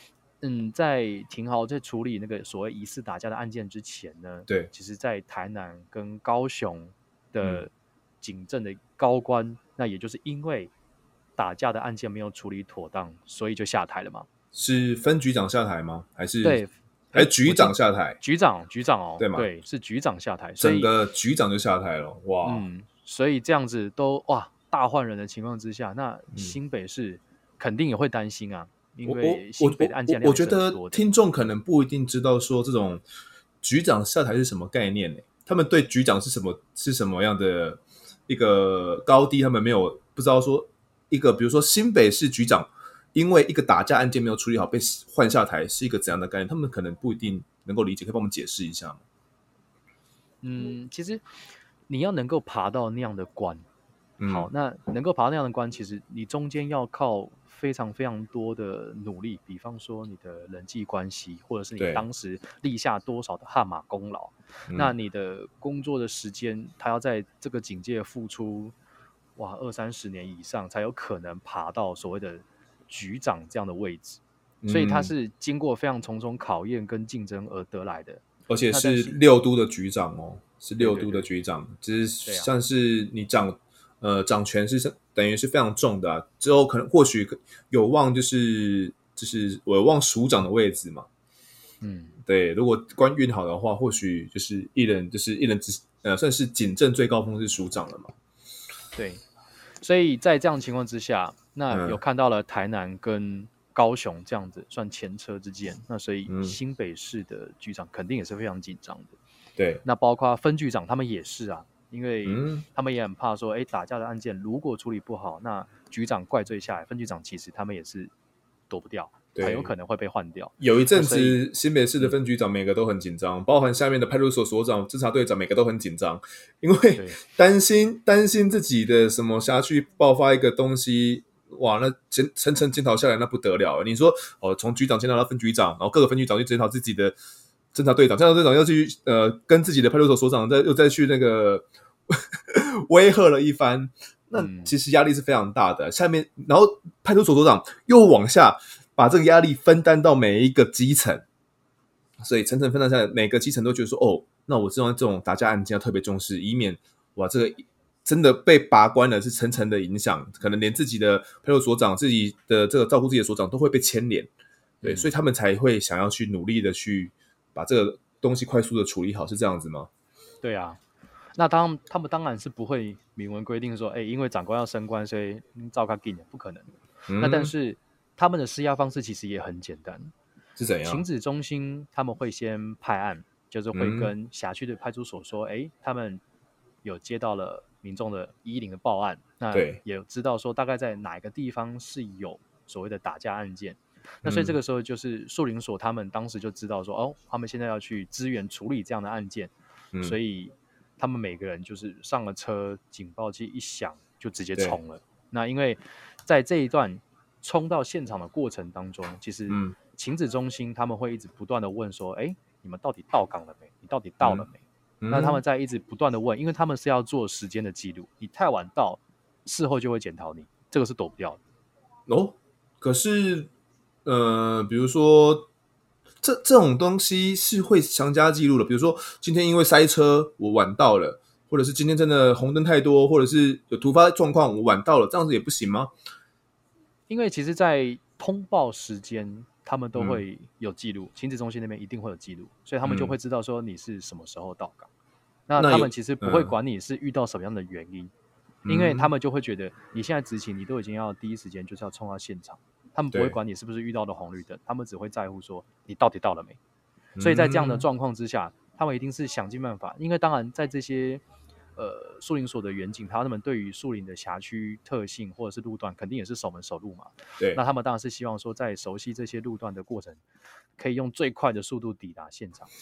Speaker 2: 在廷豪在处理那个所谓疑似打架的案件之前呢，
Speaker 1: 对，
Speaker 2: 其实在台南跟高雄的警政的高官，那也就是因为打架的案件没有处理妥当，所以就下台了嘛。
Speaker 1: 是分局长下台吗？还是
Speaker 2: 对，
Speaker 1: 局长下台？
Speaker 2: 局长哦，
Speaker 1: 对吗？
Speaker 2: 对，是局长下台，所以
Speaker 1: 整个局长就下台了，哇！
Speaker 2: 所以这样子都大换人的情况之下，那新北市肯定也会担心啊。因为新北的案件量
Speaker 1: 我觉得听众可能不一定知道说这种局长下台是什么概念呢？他们对局长是什么样的一个高低，他们没有不知道说一个，比如说新北市局长因为一个打架案件没有处理好被换下台是一个怎样的概念？他们可能不一定能够理解，可以帮我们解释一下吗？
Speaker 2: 其实你要能够爬到那样的关，好，那能够爬到那样的关，其实你中间要靠非常非常多的努力，比方说你的人际关系，或者是你当时立下多少的汗马功劳，那你的工作的时间，他要在这个警界付出20-30年以上，才有可能爬到所谓的局长这样的位置，所以他是经过非常重重考验跟竞争而得来的，
Speaker 1: 而且是六都的局长哦，是六都的局长，只是像是你掌权是等于是非常重的啊，之后或许有望就是有望署长的位置嘛，对，如果官运好的话，或许就是一人算是警政最高峰是署长了嘛，
Speaker 2: 对，所以在这样的情况之下，那有看到了台南跟高雄这样子算前车之鉴，那所以新北市的局长肯定也是非常紧张的，
Speaker 1: 对，
Speaker 2: 那包括分局长他们也是啊。因为他们也很怕说，打架的案件如果处理不好，那局长怪罪下来，分局长其实他们也是躲不掉，很有可能会被换掉。
Speaker 1: 有一阵子新北市的分局长每个都很紧张，包含下面的派出所所长、侦查队长每个都很紧张，因为担心自己的什么辖区爆发一个东西，哇，那层层检讨下来那不得了。你说从局长检讨到分局长，然后各个分局长去检讨自己的侦查队长，侦查队长要去跟自己的派出所所长又再去那个威吓了一番，那其实压力是非常大的。下面，然后派出所所长又往下把这个压力分担到每一个基层，所以层层分担下来，每个基层都觉得说，那我知道这种打架案件要特别重视，以免这个真的被拔关了，是层层的影响，可能连自己的派出所所长、自己的这个照顾自己的所长都会被牵连，对，所以他们才会想要去努力的去把这个东西快速的处理好，是这样子吗？
Speaker 2: 对啊。那他们当然是不会明文规定说，因为长官要升官，所以照他定的，不可能。那但是他们的施压方式其实也很简单，
Speaker 1: 是怎样？
Speaker 2: 情治中心他们会先派案，就是会跟辖区的派出所说，他们有接到了民众的110的报案，那也知道说大概在哪个地方是有所谓的打架案件。那所以这个时候就是树林所他们当时就知道说，他们现在要去支援处理这样的案件，所以他们每个人就是上了车，警报器一响就直接冲了。那因为在这一段冲到现场的过程当中，其实情治中心他们会一直不断的问说，你们到底到岗了没？你到底到了没？那他们在一直不断的问，因为他们是要做时间的记录，你太晚到，事后就会检讨你，这个是躲不掉的。
Speaker 1: 可是比如说这种东西是会详加记录的，比如说今天因为塞车我晚到了，或者是今天真的红灯太多，或者是有突发状况我晚到了，这样子也不行吗？
Speaker 2: 因为其实在通报时间他们都会有记录，情治中心那边一定会有记录，所以他们就会知道说你是什么时候到岗。那他们其实不会管你是遇到什么样的原因，因为他们就会觉得你现在执勤你都已经要第一时间就是要冲到现场，他们不会管你是不是遇到了红绿灯，他们只会在乎说你到底到了没。所以在这样的状况之下，他们一定是想尽办法，因为当然在这些树林所的员警，他们对于树林的辖区特性或者是路段肯定也是守门守路嘛，
Speaker 1: 对，
Speaker 2: 那他们当然是希望说在熟悉这些路段的过程可以用最快的速度抵达现场。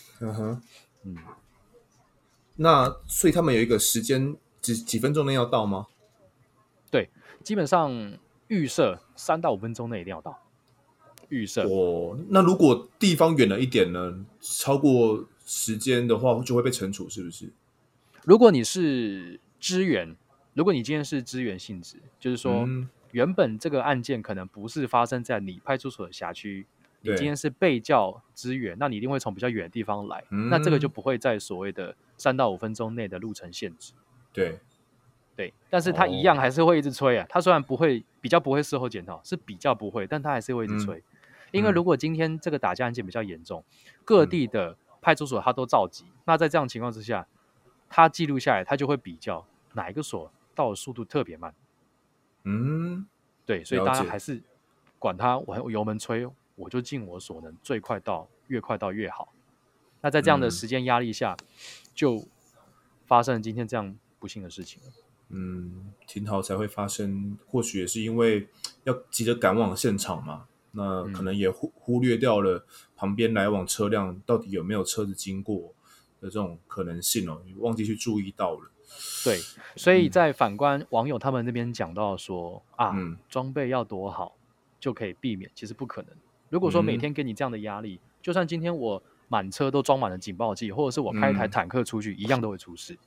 Speaker 1: 那所以他们有一个时间几分钟内要到吗？
Speaker 2: 对，基本上预设3到5分钟内一定要到。预设
Speaker 1: 那如果地方远了一点呢？超过时间的话就会被惩处，是不是？
Speaker 2: 如果你是支援，如果你今天是支援性质，就是说原本这个案件可能不是发生在你派出所的辖区， 你今天是被叫支援，那你一定会从比较远的地方来，那这个就不会在所谓的3到5分钟内的路程限制。
Speaker 1: 对，
Speaker 2: 但是他一样还是会一直催啊。他虽然比较不会事后检讨，是比较不会，但他还是会一直催。因为如果今天这个打架案件比较严重，各地的派出所他都召集，那在这样的情况之下，他记录下来，他就会比较哪一个所到的速度特别慢。对，所以大家还是管他，我油门催，我就尽我所能，最快到，越快到越好。那在这样的时间压力下，就发生了今天这样不幸的事情了。
Speaker 1: 停好才会发生，或许也是因为要急着赶往现场嘛，那可能也忽略掉了旁边来往车辆到底有没有车子经过的这种可能性哦，你忘记去注意到了。
Speaker 2: 对，所以在反观网友他们那边讲到说装备要多好就可以避免，其实不可能。如果说每天给你这样的压力，就算今天我满车都装满了警报器，或者是我开一台坦克出去，一样都会出事。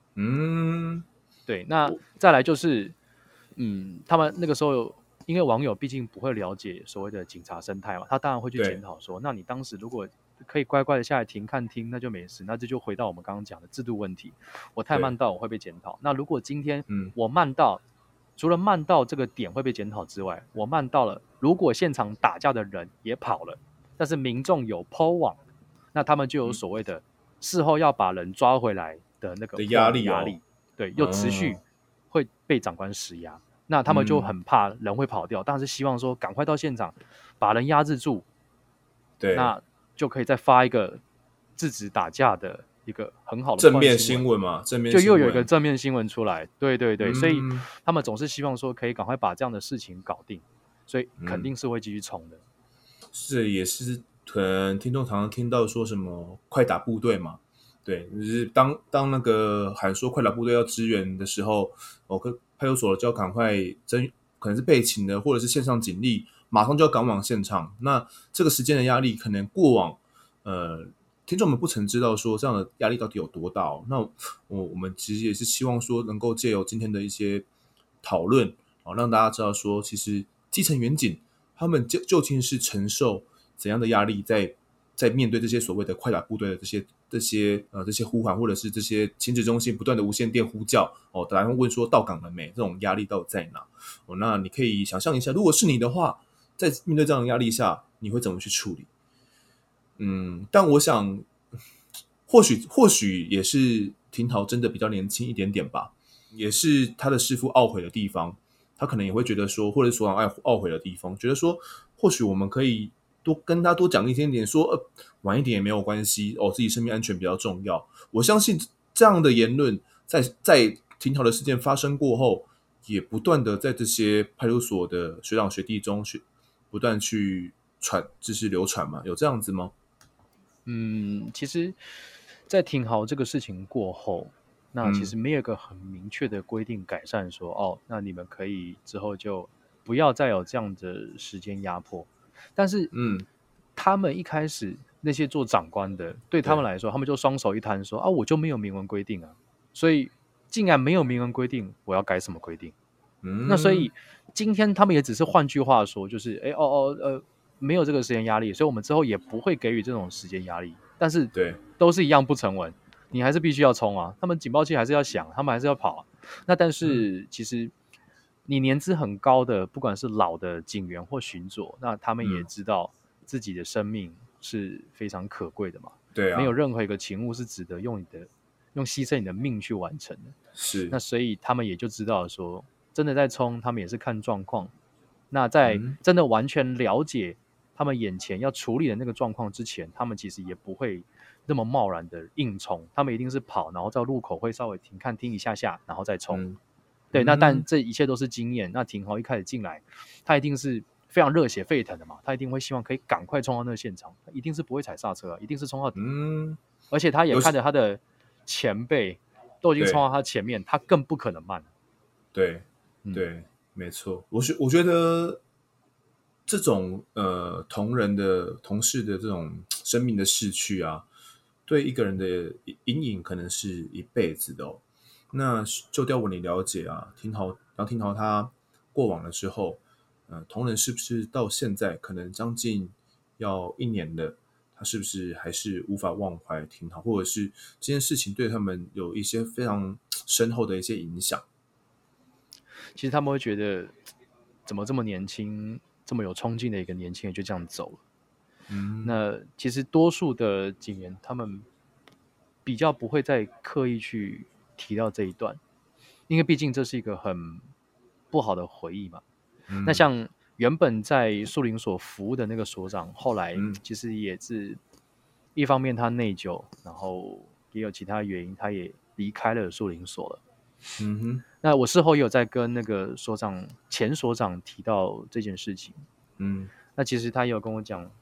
Speaker 2: 对，那再来就是，他们那个时候，因为网友毕竟不会了解所谓的警察生态嘛，他当然会去检讨说，那你当时如果可以乖乖的下来停看听，那就没事。那这就回到我们刚刚讲的制度问题，我太慢到我会被检讨。那如果今天我慢到，除了慢到这个点会被检讨之外，我慢到了，如果现场打架的人也跑了，但是民众有 po 网，那他们就有所谓的事后要把人抓回来的那个压力。对，又持续会被长官施压，那他们就很怕人会跑掉，但是希望说赶快到现场把人压制住，
Speaker 1: 对，
Speaker 2: 那就可以再发一个制止打架的一个很好的
Speaker 1: 正面新闻嘛，就
Speaker 2: 又有一个正面新闻出来，对，所以他们总是希望说可以赶快把这样的事情搞定，所以肯定是会继续冲的。
Speaker 1: 是，也是可能听众常常听到说什么快打部队嘛。对，就是当那个喊说快打部队要支援的时候，派出所就要赶快可能是备勤的，或者是线上警力，马上就要赶往现场。那这个时间的压力，可能过往听众们不曾知道说这样的压力到底有多大哦。那我们其实也是希望说，能够借由今天的一些讨论，让大家知道说，其实基层员警他们究竟是承受怎样的压力在面对这些所谓的快打部队的这些呼喊，或者是这些情治中心不断的无线电呼叫打电话问说到岗了没，这种压力到底在哪？那你可以想象一下，如果是你的话，在面对这样的压力下，你会怎么去处理？但我想，或许也是廷豪真的比较年轻一点点吧，也是他的师父懊悔的地方，他可能也会觉得说，或者所长懊悔的地方，觉得说，或许我们可以跟他多讲一点点，说晚一点也没有关系自己生命安全比较重要。我相信这样的言论在廷豪的事件发生过后，也不断的在这些派出所的学长学弟中不断去就是流传嘛，有这样子吗？
Speaker 2: 其实在廷豪这个事情过后，那其实没有一个很明确的规定改善说那你们可以之后就不要再有这样的时间压迫。但是他们一开始那些做长官的，对他们来说，他们就双手一摊说我就没有明文规定啊，所以既然没有明文规定，我要改什么规定？那所以今天他们也只是换句话说，就是没有这个时间压力，所以我们之后也不会给予这种时间压力。但是都是一样不成文，你还是必须要冲啊，他们警报器还是要响，他们还是要跑啊。那但是其实你年资很高的，不管是老的警员或巡佐，那他们也知道自己的生命是非常可贵的嘛。
Speaker 1: 对啊，
Speaker 2: 没有任何一个勤务是值得用牺牲你的命去完成的。
Speaker 1: 是，
Speaker 2: 那所以他们也就知道说，真的在冲，他们也是看状况。那在真的完全了解他们眼前要处理的那个状况之前，他们其实也不会那么贸然的硬冲，他们一定是跑，然后在路口会稍微停看听一下下，然后再冲。对，那但这一切都是经验。那廷豪一开始进来，他一定是非常热血沸腾的嘛，他一定会希望可以赶快冲到那个现场，他一定是不会踩刹车啊，一定是冲到底。而且他也看着他的前辈都已经冲到他前面，他更不可能慢。
Speaker 1: 对，对，没错。我觉得这种同事的这种生命的逝去啊，对一个人的阴影可能是一辈子的哦。那就调我你了解啊，廷豪他过往的时候，同仁是不是到现在可能将近要1年了，他是不是还是无法忘怀庭豪，或者是这件事情对他们有一些非常深厚的一些影响？
Speaker 2: 其实他们会觉得，怎么这么年轻、这么有冲劲的一个年轻人就这样走了？那其实多数的警员他们比较不会再刻意去提到这一段，因为毕竟这是一个很不好的回忆嘛。那像原本在树林所服务的那个所长，后来其实也是一方面他内疚，然后也有其他原因，他也离开了树林所了。那我事后也有在跟那个前所长提到这件事情。那其实他也有跟我讲，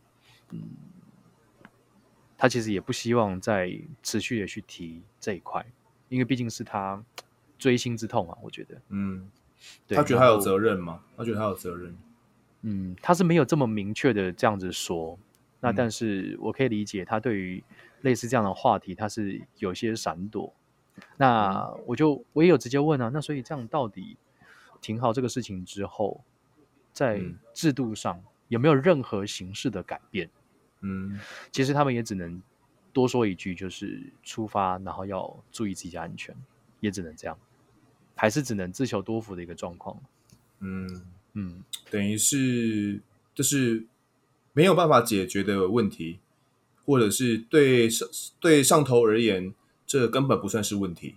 Speaker 2: 他其实也不希望再持续的去提这一块，因为毕竟是他锥心之痛啊，我觉得。
Speaker 1: 他觉得他有责任吗？他觉得他有责任。
Speaker 2: 他是没有这么明确的这样子说。那但是我可以理解他对于类似这样的话题，他是有些闪躲。那我也有直接问啊，那所以这样到底停好这个事情之后，在制度上有没有任何形式的改变？其实他们也只能多说一句，就是出发，然后要注意自己的安全，也只能这样，还是只能自求多福的一个状况。
Speaker 1: 等于是就是没有办法解决的问题，或者是对上头而言，这根本不算是问题。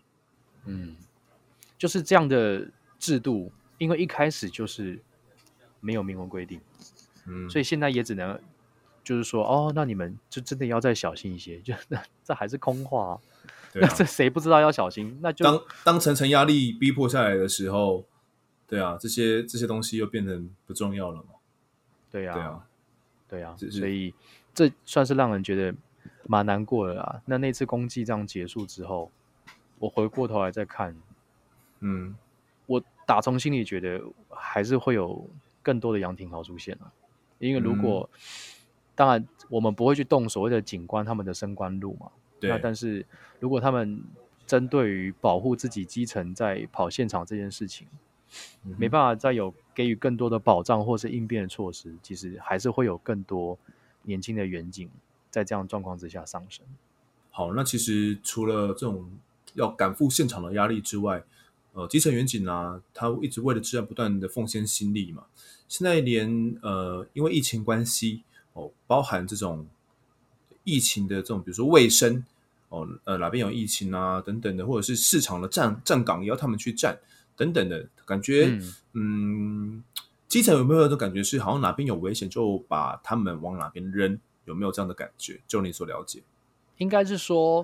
Speaker 2: 就是这样的制度，因为一开始就是没有明文规定，所以现在也只能就是说，那你们就真的要再小心一些，就这还是空话啊。
Speaker 1: 对啊，
Speaker 2: 那这谁不知道要小心？那就
Speaker 1: 当层层压力逼迫下来的时候，对啊，这些东西又变成不重要了嘛。
Speaker 2: 对啊，
Speaker 1: 就是
Speaker 2: 所以这算是让人觉得蛮难过的啦。那次公祭这样结束之后，我回过头来再看，我打从心里觉得还是会有更多的杨廷豪出现了。因为如果当然我们不会去动所谓的警官他们的升官路嘛，那但是如果他们针对于保护自己基层在跑现场这件事情，没办法再有给予更多的保障或是应变的措施，其实还是会有更多年轻的员警在这样的状况之下上升。
Speaker 1: 好，那其实除了这种要赶赴现场的压力之外，基层员警啊，他一直为了治安不断的奉献心力嘛。现在连因为疫情关系包含这种疫情的这种，比如说卫生哪边有疫情啊等等的，或者是市场的站岗也要他们去站等等的感觉。基层有没有那种感觉是好像哪边有危险就把他们往哪边扔？有没有这样的感觉？就你所了解，
Speaker 2: 应该是说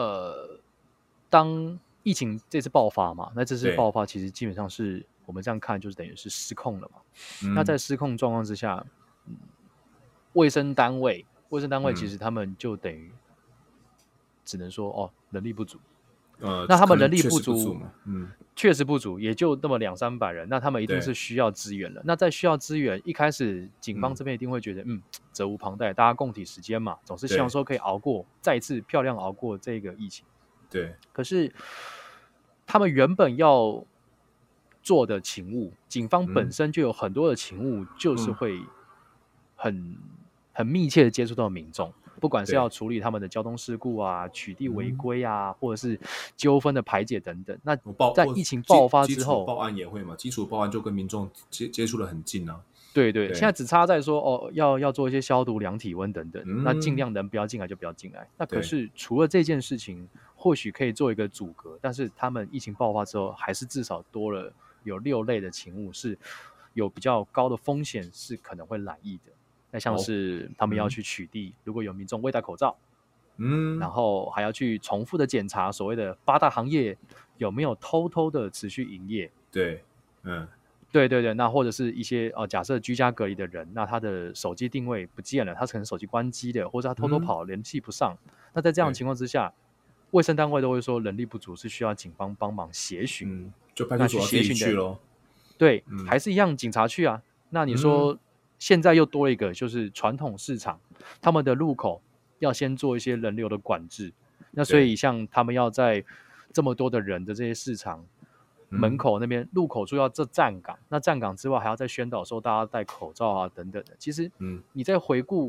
Speaker 2: 当疫情这次爆发嘛，那这次爆发其实基本上是我们这样看就是等于是失控了嘛。那在失控状况之下，卫生单位其实他们就等于只能说能力不足。那他们人力不足嘛，确实不足，也就那么200-300人，那他们一定是需要资源了。那在需要资源，一开始警方这边一定会觉得责无旁贷，大家共体时间嘛，总是希望说可以熬过，再一次漂亮熬过这个疫情。
Speaker 1: 对，
Speaker 2: 可是他们原本要做的勤务，警方本身就有很多的勤务，就是会很密切的接触到民众，不管是要处理他们的交通事故啊、取缔违规啊，或者是纠纷的排解等等。那在疫情爆发之后，
Speaker 1: 基础报案也会嘛？基础报案就跟民众接触的很近啊。
Speaker 2: 对，现在只差在说要做一些消毒、量体温等等，那尽量能不要进来就不要进来。那可是除了这件事情，或许可以做一个阻隔，但是他们疫情爆发之后，还是至少多了有6类的勤务是有比较高的风险，是可能会染疫的。那像是他们要去取缔，如果有民众未戴口罩，然后还要去重复的检查所谓的8大行业有没有偷偷的持续营业。
Speaker 1: 对，
Speaker 2: 对，那或者是一些假设居家隔离的人，那他的手机定位不见了，他可能手机关机的，或者他偷偷跑联系不上。那在这样的情况之下，卫生单位都会说人力不足，是需要警方帮忙协寻，
Speaker 1: 就派出所自己去咯。
Speaker 2: 对，还是一样警察去啊。那你说现在又多了一个，就是传统市场，他们的入口要先做一些人流的管制。那所以像他们要在这么多的人的这些市场门口那边入口处要这站岗，那站岗之外还要再宣导说大家戴口罩啊等等的。其实你在回顾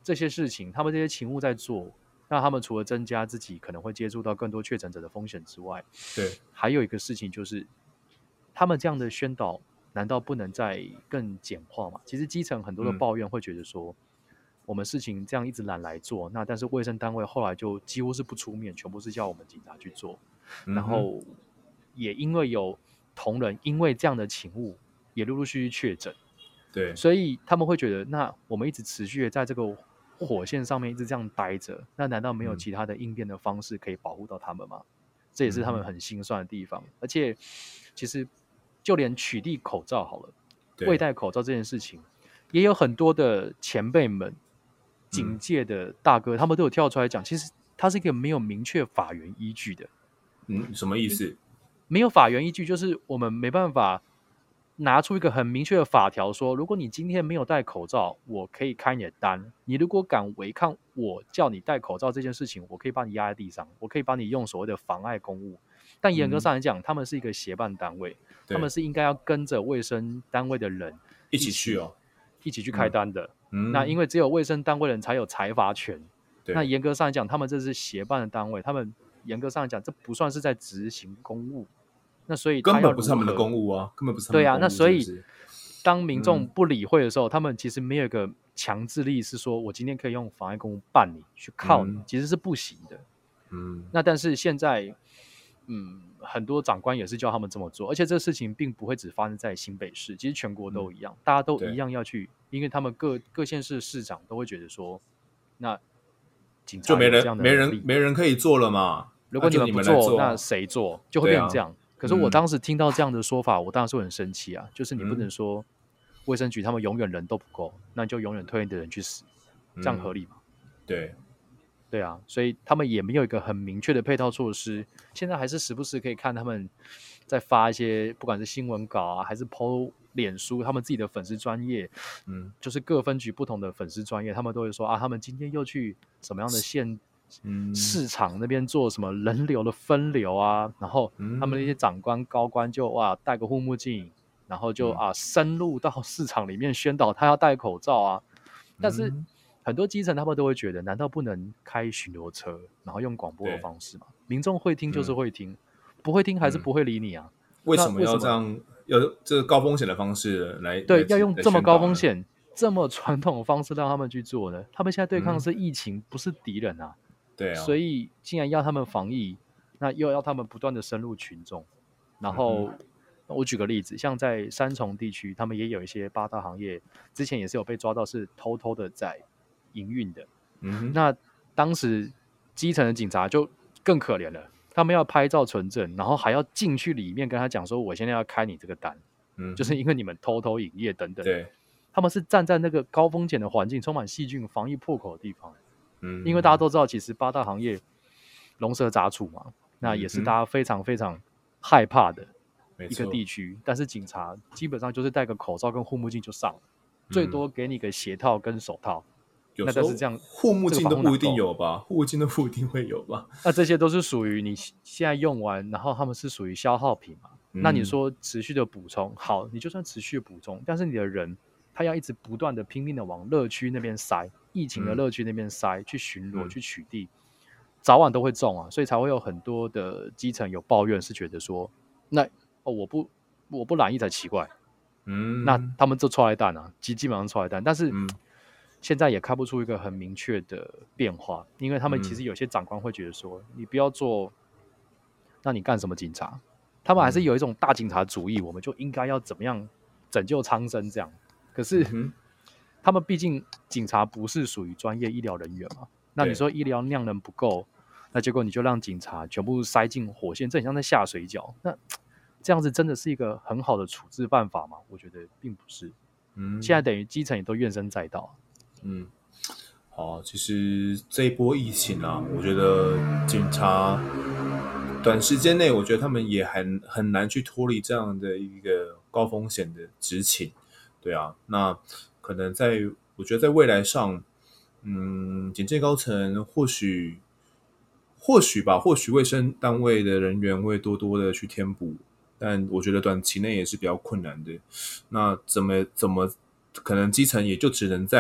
Speaker 2: 这些事情，他们这些勤务在做，那他们除了增加自己可能会接触到更多确诊者的风险之外，
Speaker 1: 对，
Speaker 2: 还有一个事情就是，他们这样的宣导难道不能再更简化吗？其实基层很多的抱怨会觉得说，我们事情这样一直揽来做，那但是卫生单位后来就几乎是不出面，全部是叫我们警察去做，然后也因为有同仁因为这样的勤务也陆陆续续确诊，
Speaker 1: 对，
Speaker 2: 所以他们会觉得，那我们一直持续的在这个火线上面一直这样待着，那难道没有其他的应变的方式可以保护到他们吗？这也是他们很心酸的地方。而且，其实就连取缔口罩好了，未戴口罩这件事情，也有很多的前辈们、警界的大哥，他们都有跳出来讲，其实它是一个没有明确法源依据的。
Speaker 1: 什么意思？
Speaker 2: 没有法源依据，就是我们没办法拿出一个很明确的法条说，如果你今天没有戴口罩，我可以开你的单。你如果敢违抗我叫你戴口罩这件事情，我可以把你压在地上，我可以把你用所谓的妨碍公务。但严格上来讲，他们是一个协办单位，他们是应该要跟着卫生单位的人
Speaker 1: 一起去
Speaker 2: 一起去开单的。那因为只有卫生单位的人才有裁罚权。那严格上来讲，他们这是协办的单位，他们严格上来讲，这不算是在执行公务。那所以
Speaker 1: 根本不是他们的公务啊，根本不是他们的公务。
Speaker 2: 对啊，那所以当民众不理会的时候，他们其实没有一个强制力，是说我今天可以用妨碍公务办你，去靠你，其实是不行的。那但是现在，很多长官也是叫他们这么做，而且这个事情并不会只发生在新北市，其实全国都一样，大家都一样要去，因为他们各县市市长都会觉得说，那警察
Speaker 1: 就没人可以做了嘛。
Speaker 2: 如果你们不做，那谁做？就会变成这样。可是我当时听到这样的说法，我当然是很生气啊！就是你不能说卫生局他们永远人都不够，那你就永远推你的人去死，这样合理吗？对啊，所以他们也没有一个很明确的配套措施。现在还是时不时可以看他们在发一些，不管是新闻稿啊，还是 po 脸书，他们自己的粉丝专页，就是各分局不同的粉丝专页，他们都会说啊，他们今天又去什么样的县。市场那边做什么人流的分流啊，然后他们那些长官高官就戴个护目镜，然后就深入到市场里面宣导他要戴口罩啊。但是很多基层他们都会觉得，难道不能开巡逻车，然后用广播的方式吗？民众会听就是会听，不会听还是不会理你啊？
Speaker 1: 为什么要这样？要这个高风险的方式来？
Speaker 2: 对，要用这么高风险、这么传统的方式让他们去做呢？他们现在对抗的是疫情，不是敌人啊。
Speaker 1: 对啊，
Speaker 2: 所以既然要他们防疫，那又要他们不断的深入群众。然后我举个例子，像在三重地区，他们也有一些八大行业，之前也是有被抓到是偷偷的在营运的。那当时基层的警察就更可怜了，他们要拍照存证，然后还要进去里面跟他讲说，我现在要开你这个单，就是因为你们偷偷营业等等。
Speaker 1: 对，
Speaker 2: 他们是站在那个高风险的环境、充满细菌、防疫破口的地方。因为大家都知道，其实八大行业龙蛇杂处嘛，那也是大家非常非常害怕的一个地区。但是警察基本上就是戴个口罩跟护目镜就上了，最多给你个鞋套跟手套。
Speaker 1: 那但是这样，护目镜都不一定有吧？护目镜都不一定会有吧？
Speaker 2: 那这些都是属于你现在用完，然后他们是属于消耗品嘛？那你说持续的补充，好，你就算持续的补充，但是你的人他要一直不断的拼命的往乐区那边塞。疫情的乐区那边塞，去巡逻去取缔，早晚都会中啊，所以才会有很多的基层有抱怨，是觉得说，那我不染疫才奇怪，那他们就臭来蛋啊，基本上臭来蛋，但是现在也开不出一个很明确的变化，因为他们其实有些长官会觉得说，你不要做，那你干什么警察？他们还是有一种大警察主义，我们就应该要怎么样拯救苍生这样，可是。他们毕竟警察不是属于专业医疗人员嘛，那你说医疗量能不够，那结果你就让警察全部塞进火线，这很像在下水饺。那这样子真的是一个很好的处置办法吗？我觉得并不是。现在等于基层也都怨声载道。
Speaker 1: 好，其实这一波疫情啊，我觉得警察短时间内，我觉得他们也很难去脱离这样的一个高风险的执勤。对啊，那可能我觉得在未来上，警界高层或许卫生单位的人员会多多的去填补，但我觉得短期内也是比较困难的。那怎么可能基层也就只能在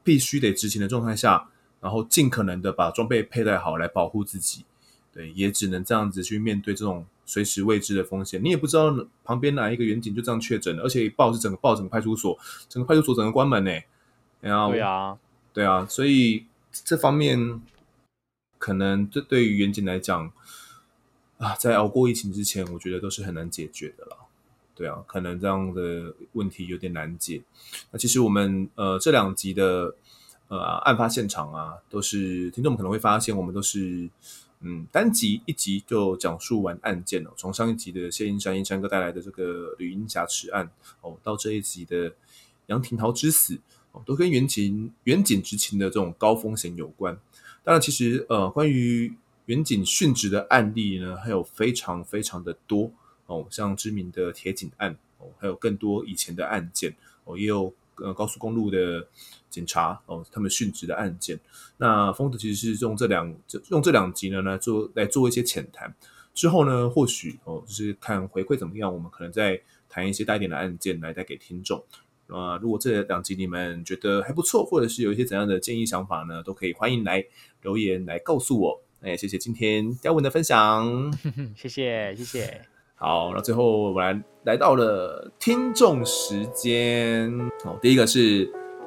Speaker 1: 必须得执行的状态下，然后尽可能的把装备佩戴好来保护自己。对，也只能这样子去面对这种随时未知的风险。你也不知道旁边哪一个员警就这样确诊了，而且报整个派出所，整个关门呢。对啊，所以这方面可能对于员警来讲啊，在熬过疫情之前，我觉得都是很难解决的啦。对啊，可能这样的问题有点难解。那其实我们这2集的案发现场啊，都是听众们可能会发现，我们都是单集1集就讲述完案件了。从上一集的谢英山哥带来的这个吕英瑕持案到这一集的杨廷桃之死都跟远警执勤的这种高风险有关。当然，其实关于远警殉职的案例呢，还有非常非常的多像知名的铁警案还有更多以前的案件也有高速公路的警察他们殉职的案件。那丰德其实是用这两集呢来做一些浅谈，之后呢或许就是看回馈怎么样，我们可能再谈一些大一点的案件来带给听众。如果这2集你们觉得还不错，或者是有一些怎样的建议想法呢，都可以欢迎来留言来告诉我。谢谢今天嘉文的分享。
Speaker 2: 谢谢。
Speaker 1: 好，那最后我们来到了听众时间。第一个是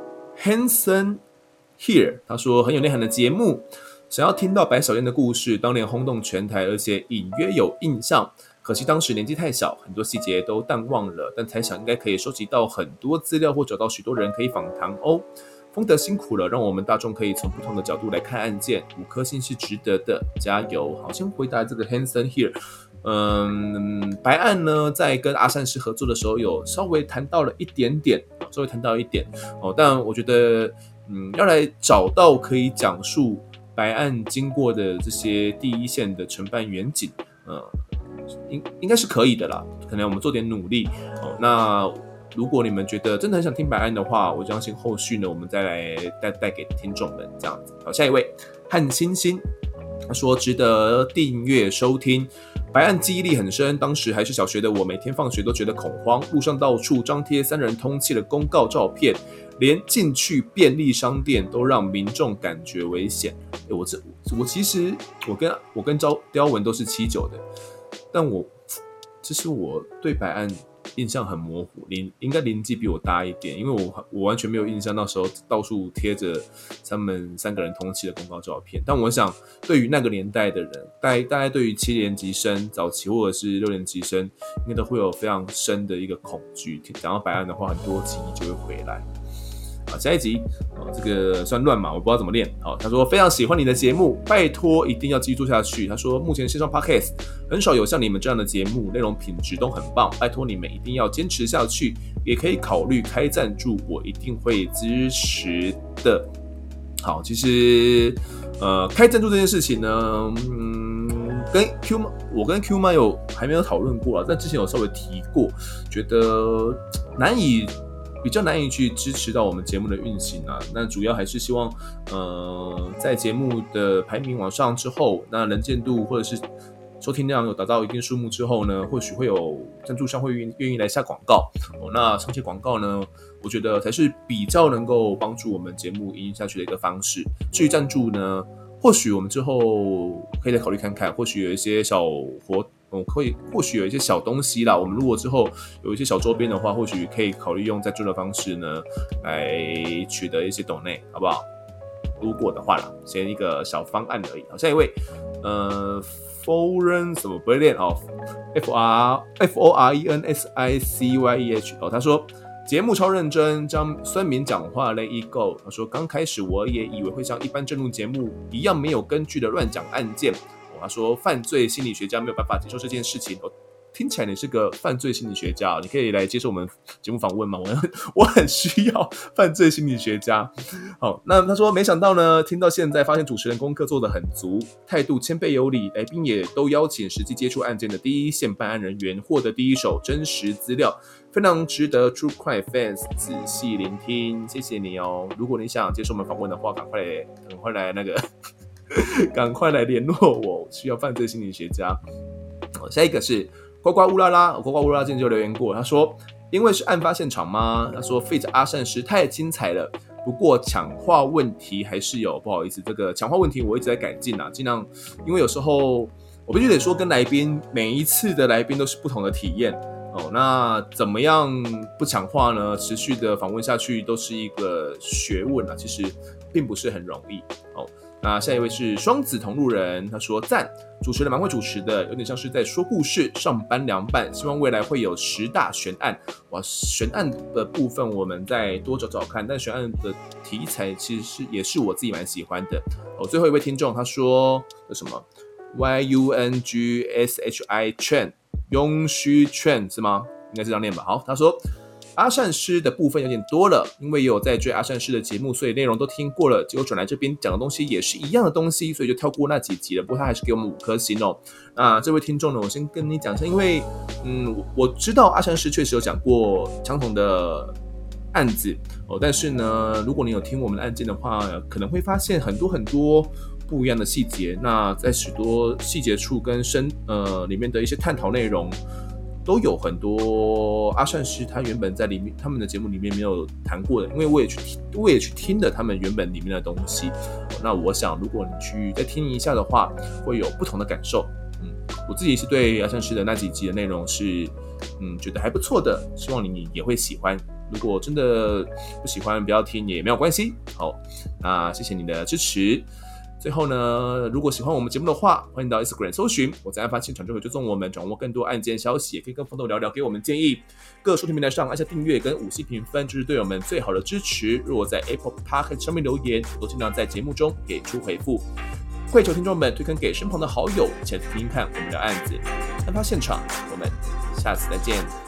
Speaker 1: Hanson Here， 他说很有内涵的节目，想要听到白小燕的故事，当年轰动全台，而且隐约有印象。可惜当时年纪太小，很多细节都淡忘了，但猜想应该可以收集到很多资料，或找到许多人可以访谈哦。丰德辛苦了，让我们大众可以从不同的角度来看案件，5颗星是值得的，加油！好，先回答这个 Hanson Here。白案呢，在跟阿善师合作的时候，有稍微谈到了一点点，但我觉得，要来找到可以讲述白案经过的这些第一线的承办员警，应该是可以的啦，可能我们做点努力。那如果你们觉得真的很想听白案的话，我相信后续呢，我们再来带给听众们这样子。好，下一位汉星星，他说值得订阅收听。白案记忆力很深，当时还是小学的我，每天放学都觉得恐慌，路上到处张贴3人通缉的公告照片，连进去便利商店都让民众感觉危险。我其实我跟刁文都是79的，但其实我对白案印象很模糊，应该年纪比我大一点，因为我完全没有印象那时候到处贴着他们3个人通缉的公告照片。但我想，对于那个年代的人，大概对于7年级生早期或者是6年级生，应该都会有非常深的一个恐惧。讲到白案的话，很多记忆就会回来。好，下一集这个算乱码，我不知道怎么念。好，他说非常喜欢你的节目，拜托一定要继续做下去。他说目前线上 podcast 很少有像你们这样的节目，内容品质都很棒，拜托你们一定要坚持下去，也可以考虑开赞助，我一定会支持的。好，其实开赞助这件事情呢，我跟 Q 妈还没有讨论过啊，但之前有稍微提过，觉得比较难以去支持到我们节目的运行啊。那主要还是希望，在节目的排名往上之后，那能见度或者是收听量有达到一定数目之后呢，或许会有赞助商会愿意来下广告。那上些广告呢，我觉得才是比较能够帮助我们节目营运下去的一个方式。至于赞助呢，或许我们之后可以再考虑看看，或许有一些或许有一些小东西啦。我们如果之后有一些小周边的话，或许可以考虑用赞助的方式呢，来取得一些抖内，好不好？如果的话啦，先一个小方案而已。好，下一位，Foreign 什么 Brilliant FORENSICYEH 他说节目超认真，将酸民讲话let it go。他说刚开始我也以为会像一般政论节目一样没有根据的乱讲案件。他说犯罪心理学家没有办法接受这件事情。听起来你是个犯罪心理学家，你可以来接受我们节目访问吗？我很需要犯罪心理学家。好，那他说没想到呢，听到现在发现主持人功课做得很足，态度谦卑有礼，来宾也都邀请实际接触案件的第一线办案人员，获得第一手真实资料，非常值得 True Crime Fans 仔细聆听。谢谢你哦！如果你想接受我们访问的话，赶快来那个赶快来联络我，需要犯罪心理学家。下一个是呱呱乌拉拉，呱呱乌拉拉之前就留言过，他说因为是案发现场吗？他说 Fit 阿善师太精彩了， 不过抢话问题还是有，不好意思，这个抢话问题我一直在改进啊，尽量，因为有时候我必须得说，跟来宾每一次的来宾都是不同的体验哦。那怎么样不抢话呢？持续的访问下去都是一个学问啊，其实并不是很容易哦。那下一位是双子同路人，他说赞，主持人蛮会主持的，有点像是在说故事，上班凉拌，希望未来会有10大悬案。哇，悬案的部分我们再多找找看，但悬案的题材其实也是我自己蛮喜欢的。哦，最后一位听众他说什么 YUNGSHI 券庸虚券是吗？应该是这样念吧。好，他说阿善师的部分有点多了，因为也有在追阿善师的节目，所以内容都听过了，结果转来这边讲的东西也是一样的东西，所以就跳过那几集了。不过他还是给我们5颗星哦。那这位听众呢，我先跟你讲一下，因为我知道阿善师确实有讲过相同的案子哦，但是呢，如果你有听我们的案件的话，可能会发现很多不一样的细节。那在许多细节处跟里面的一些探讨内容，都有很多阿善师他原本在里面他们的节目里面没有谈过的，因为我也去听了他们原本里面的东西。那我想，如果你去再听一下的话，会有不同的感受。我自己是对阿善师的那几集的内容是觉得还不错的，希望你也会喜欢。如果真的不喜欢，不要听也没有关系。好，那谢谢你的支持。最后呢，如果喜欢我们节目的话，欢迎到 Instagram 搜寻我在案发现场，就会追踪我们，掌握更多案件消息，也可以跟风豆聊聊，给我们建议。各收听平台上按下订阅跟5星评分，就是对我们最好的支持。如果在 Apple Podcast 上面留言，我都尽量在节目中给出回复。跪求听众们推荐给身旁的好友，一起来听听看我们的案子。案发现场，我们下次再见。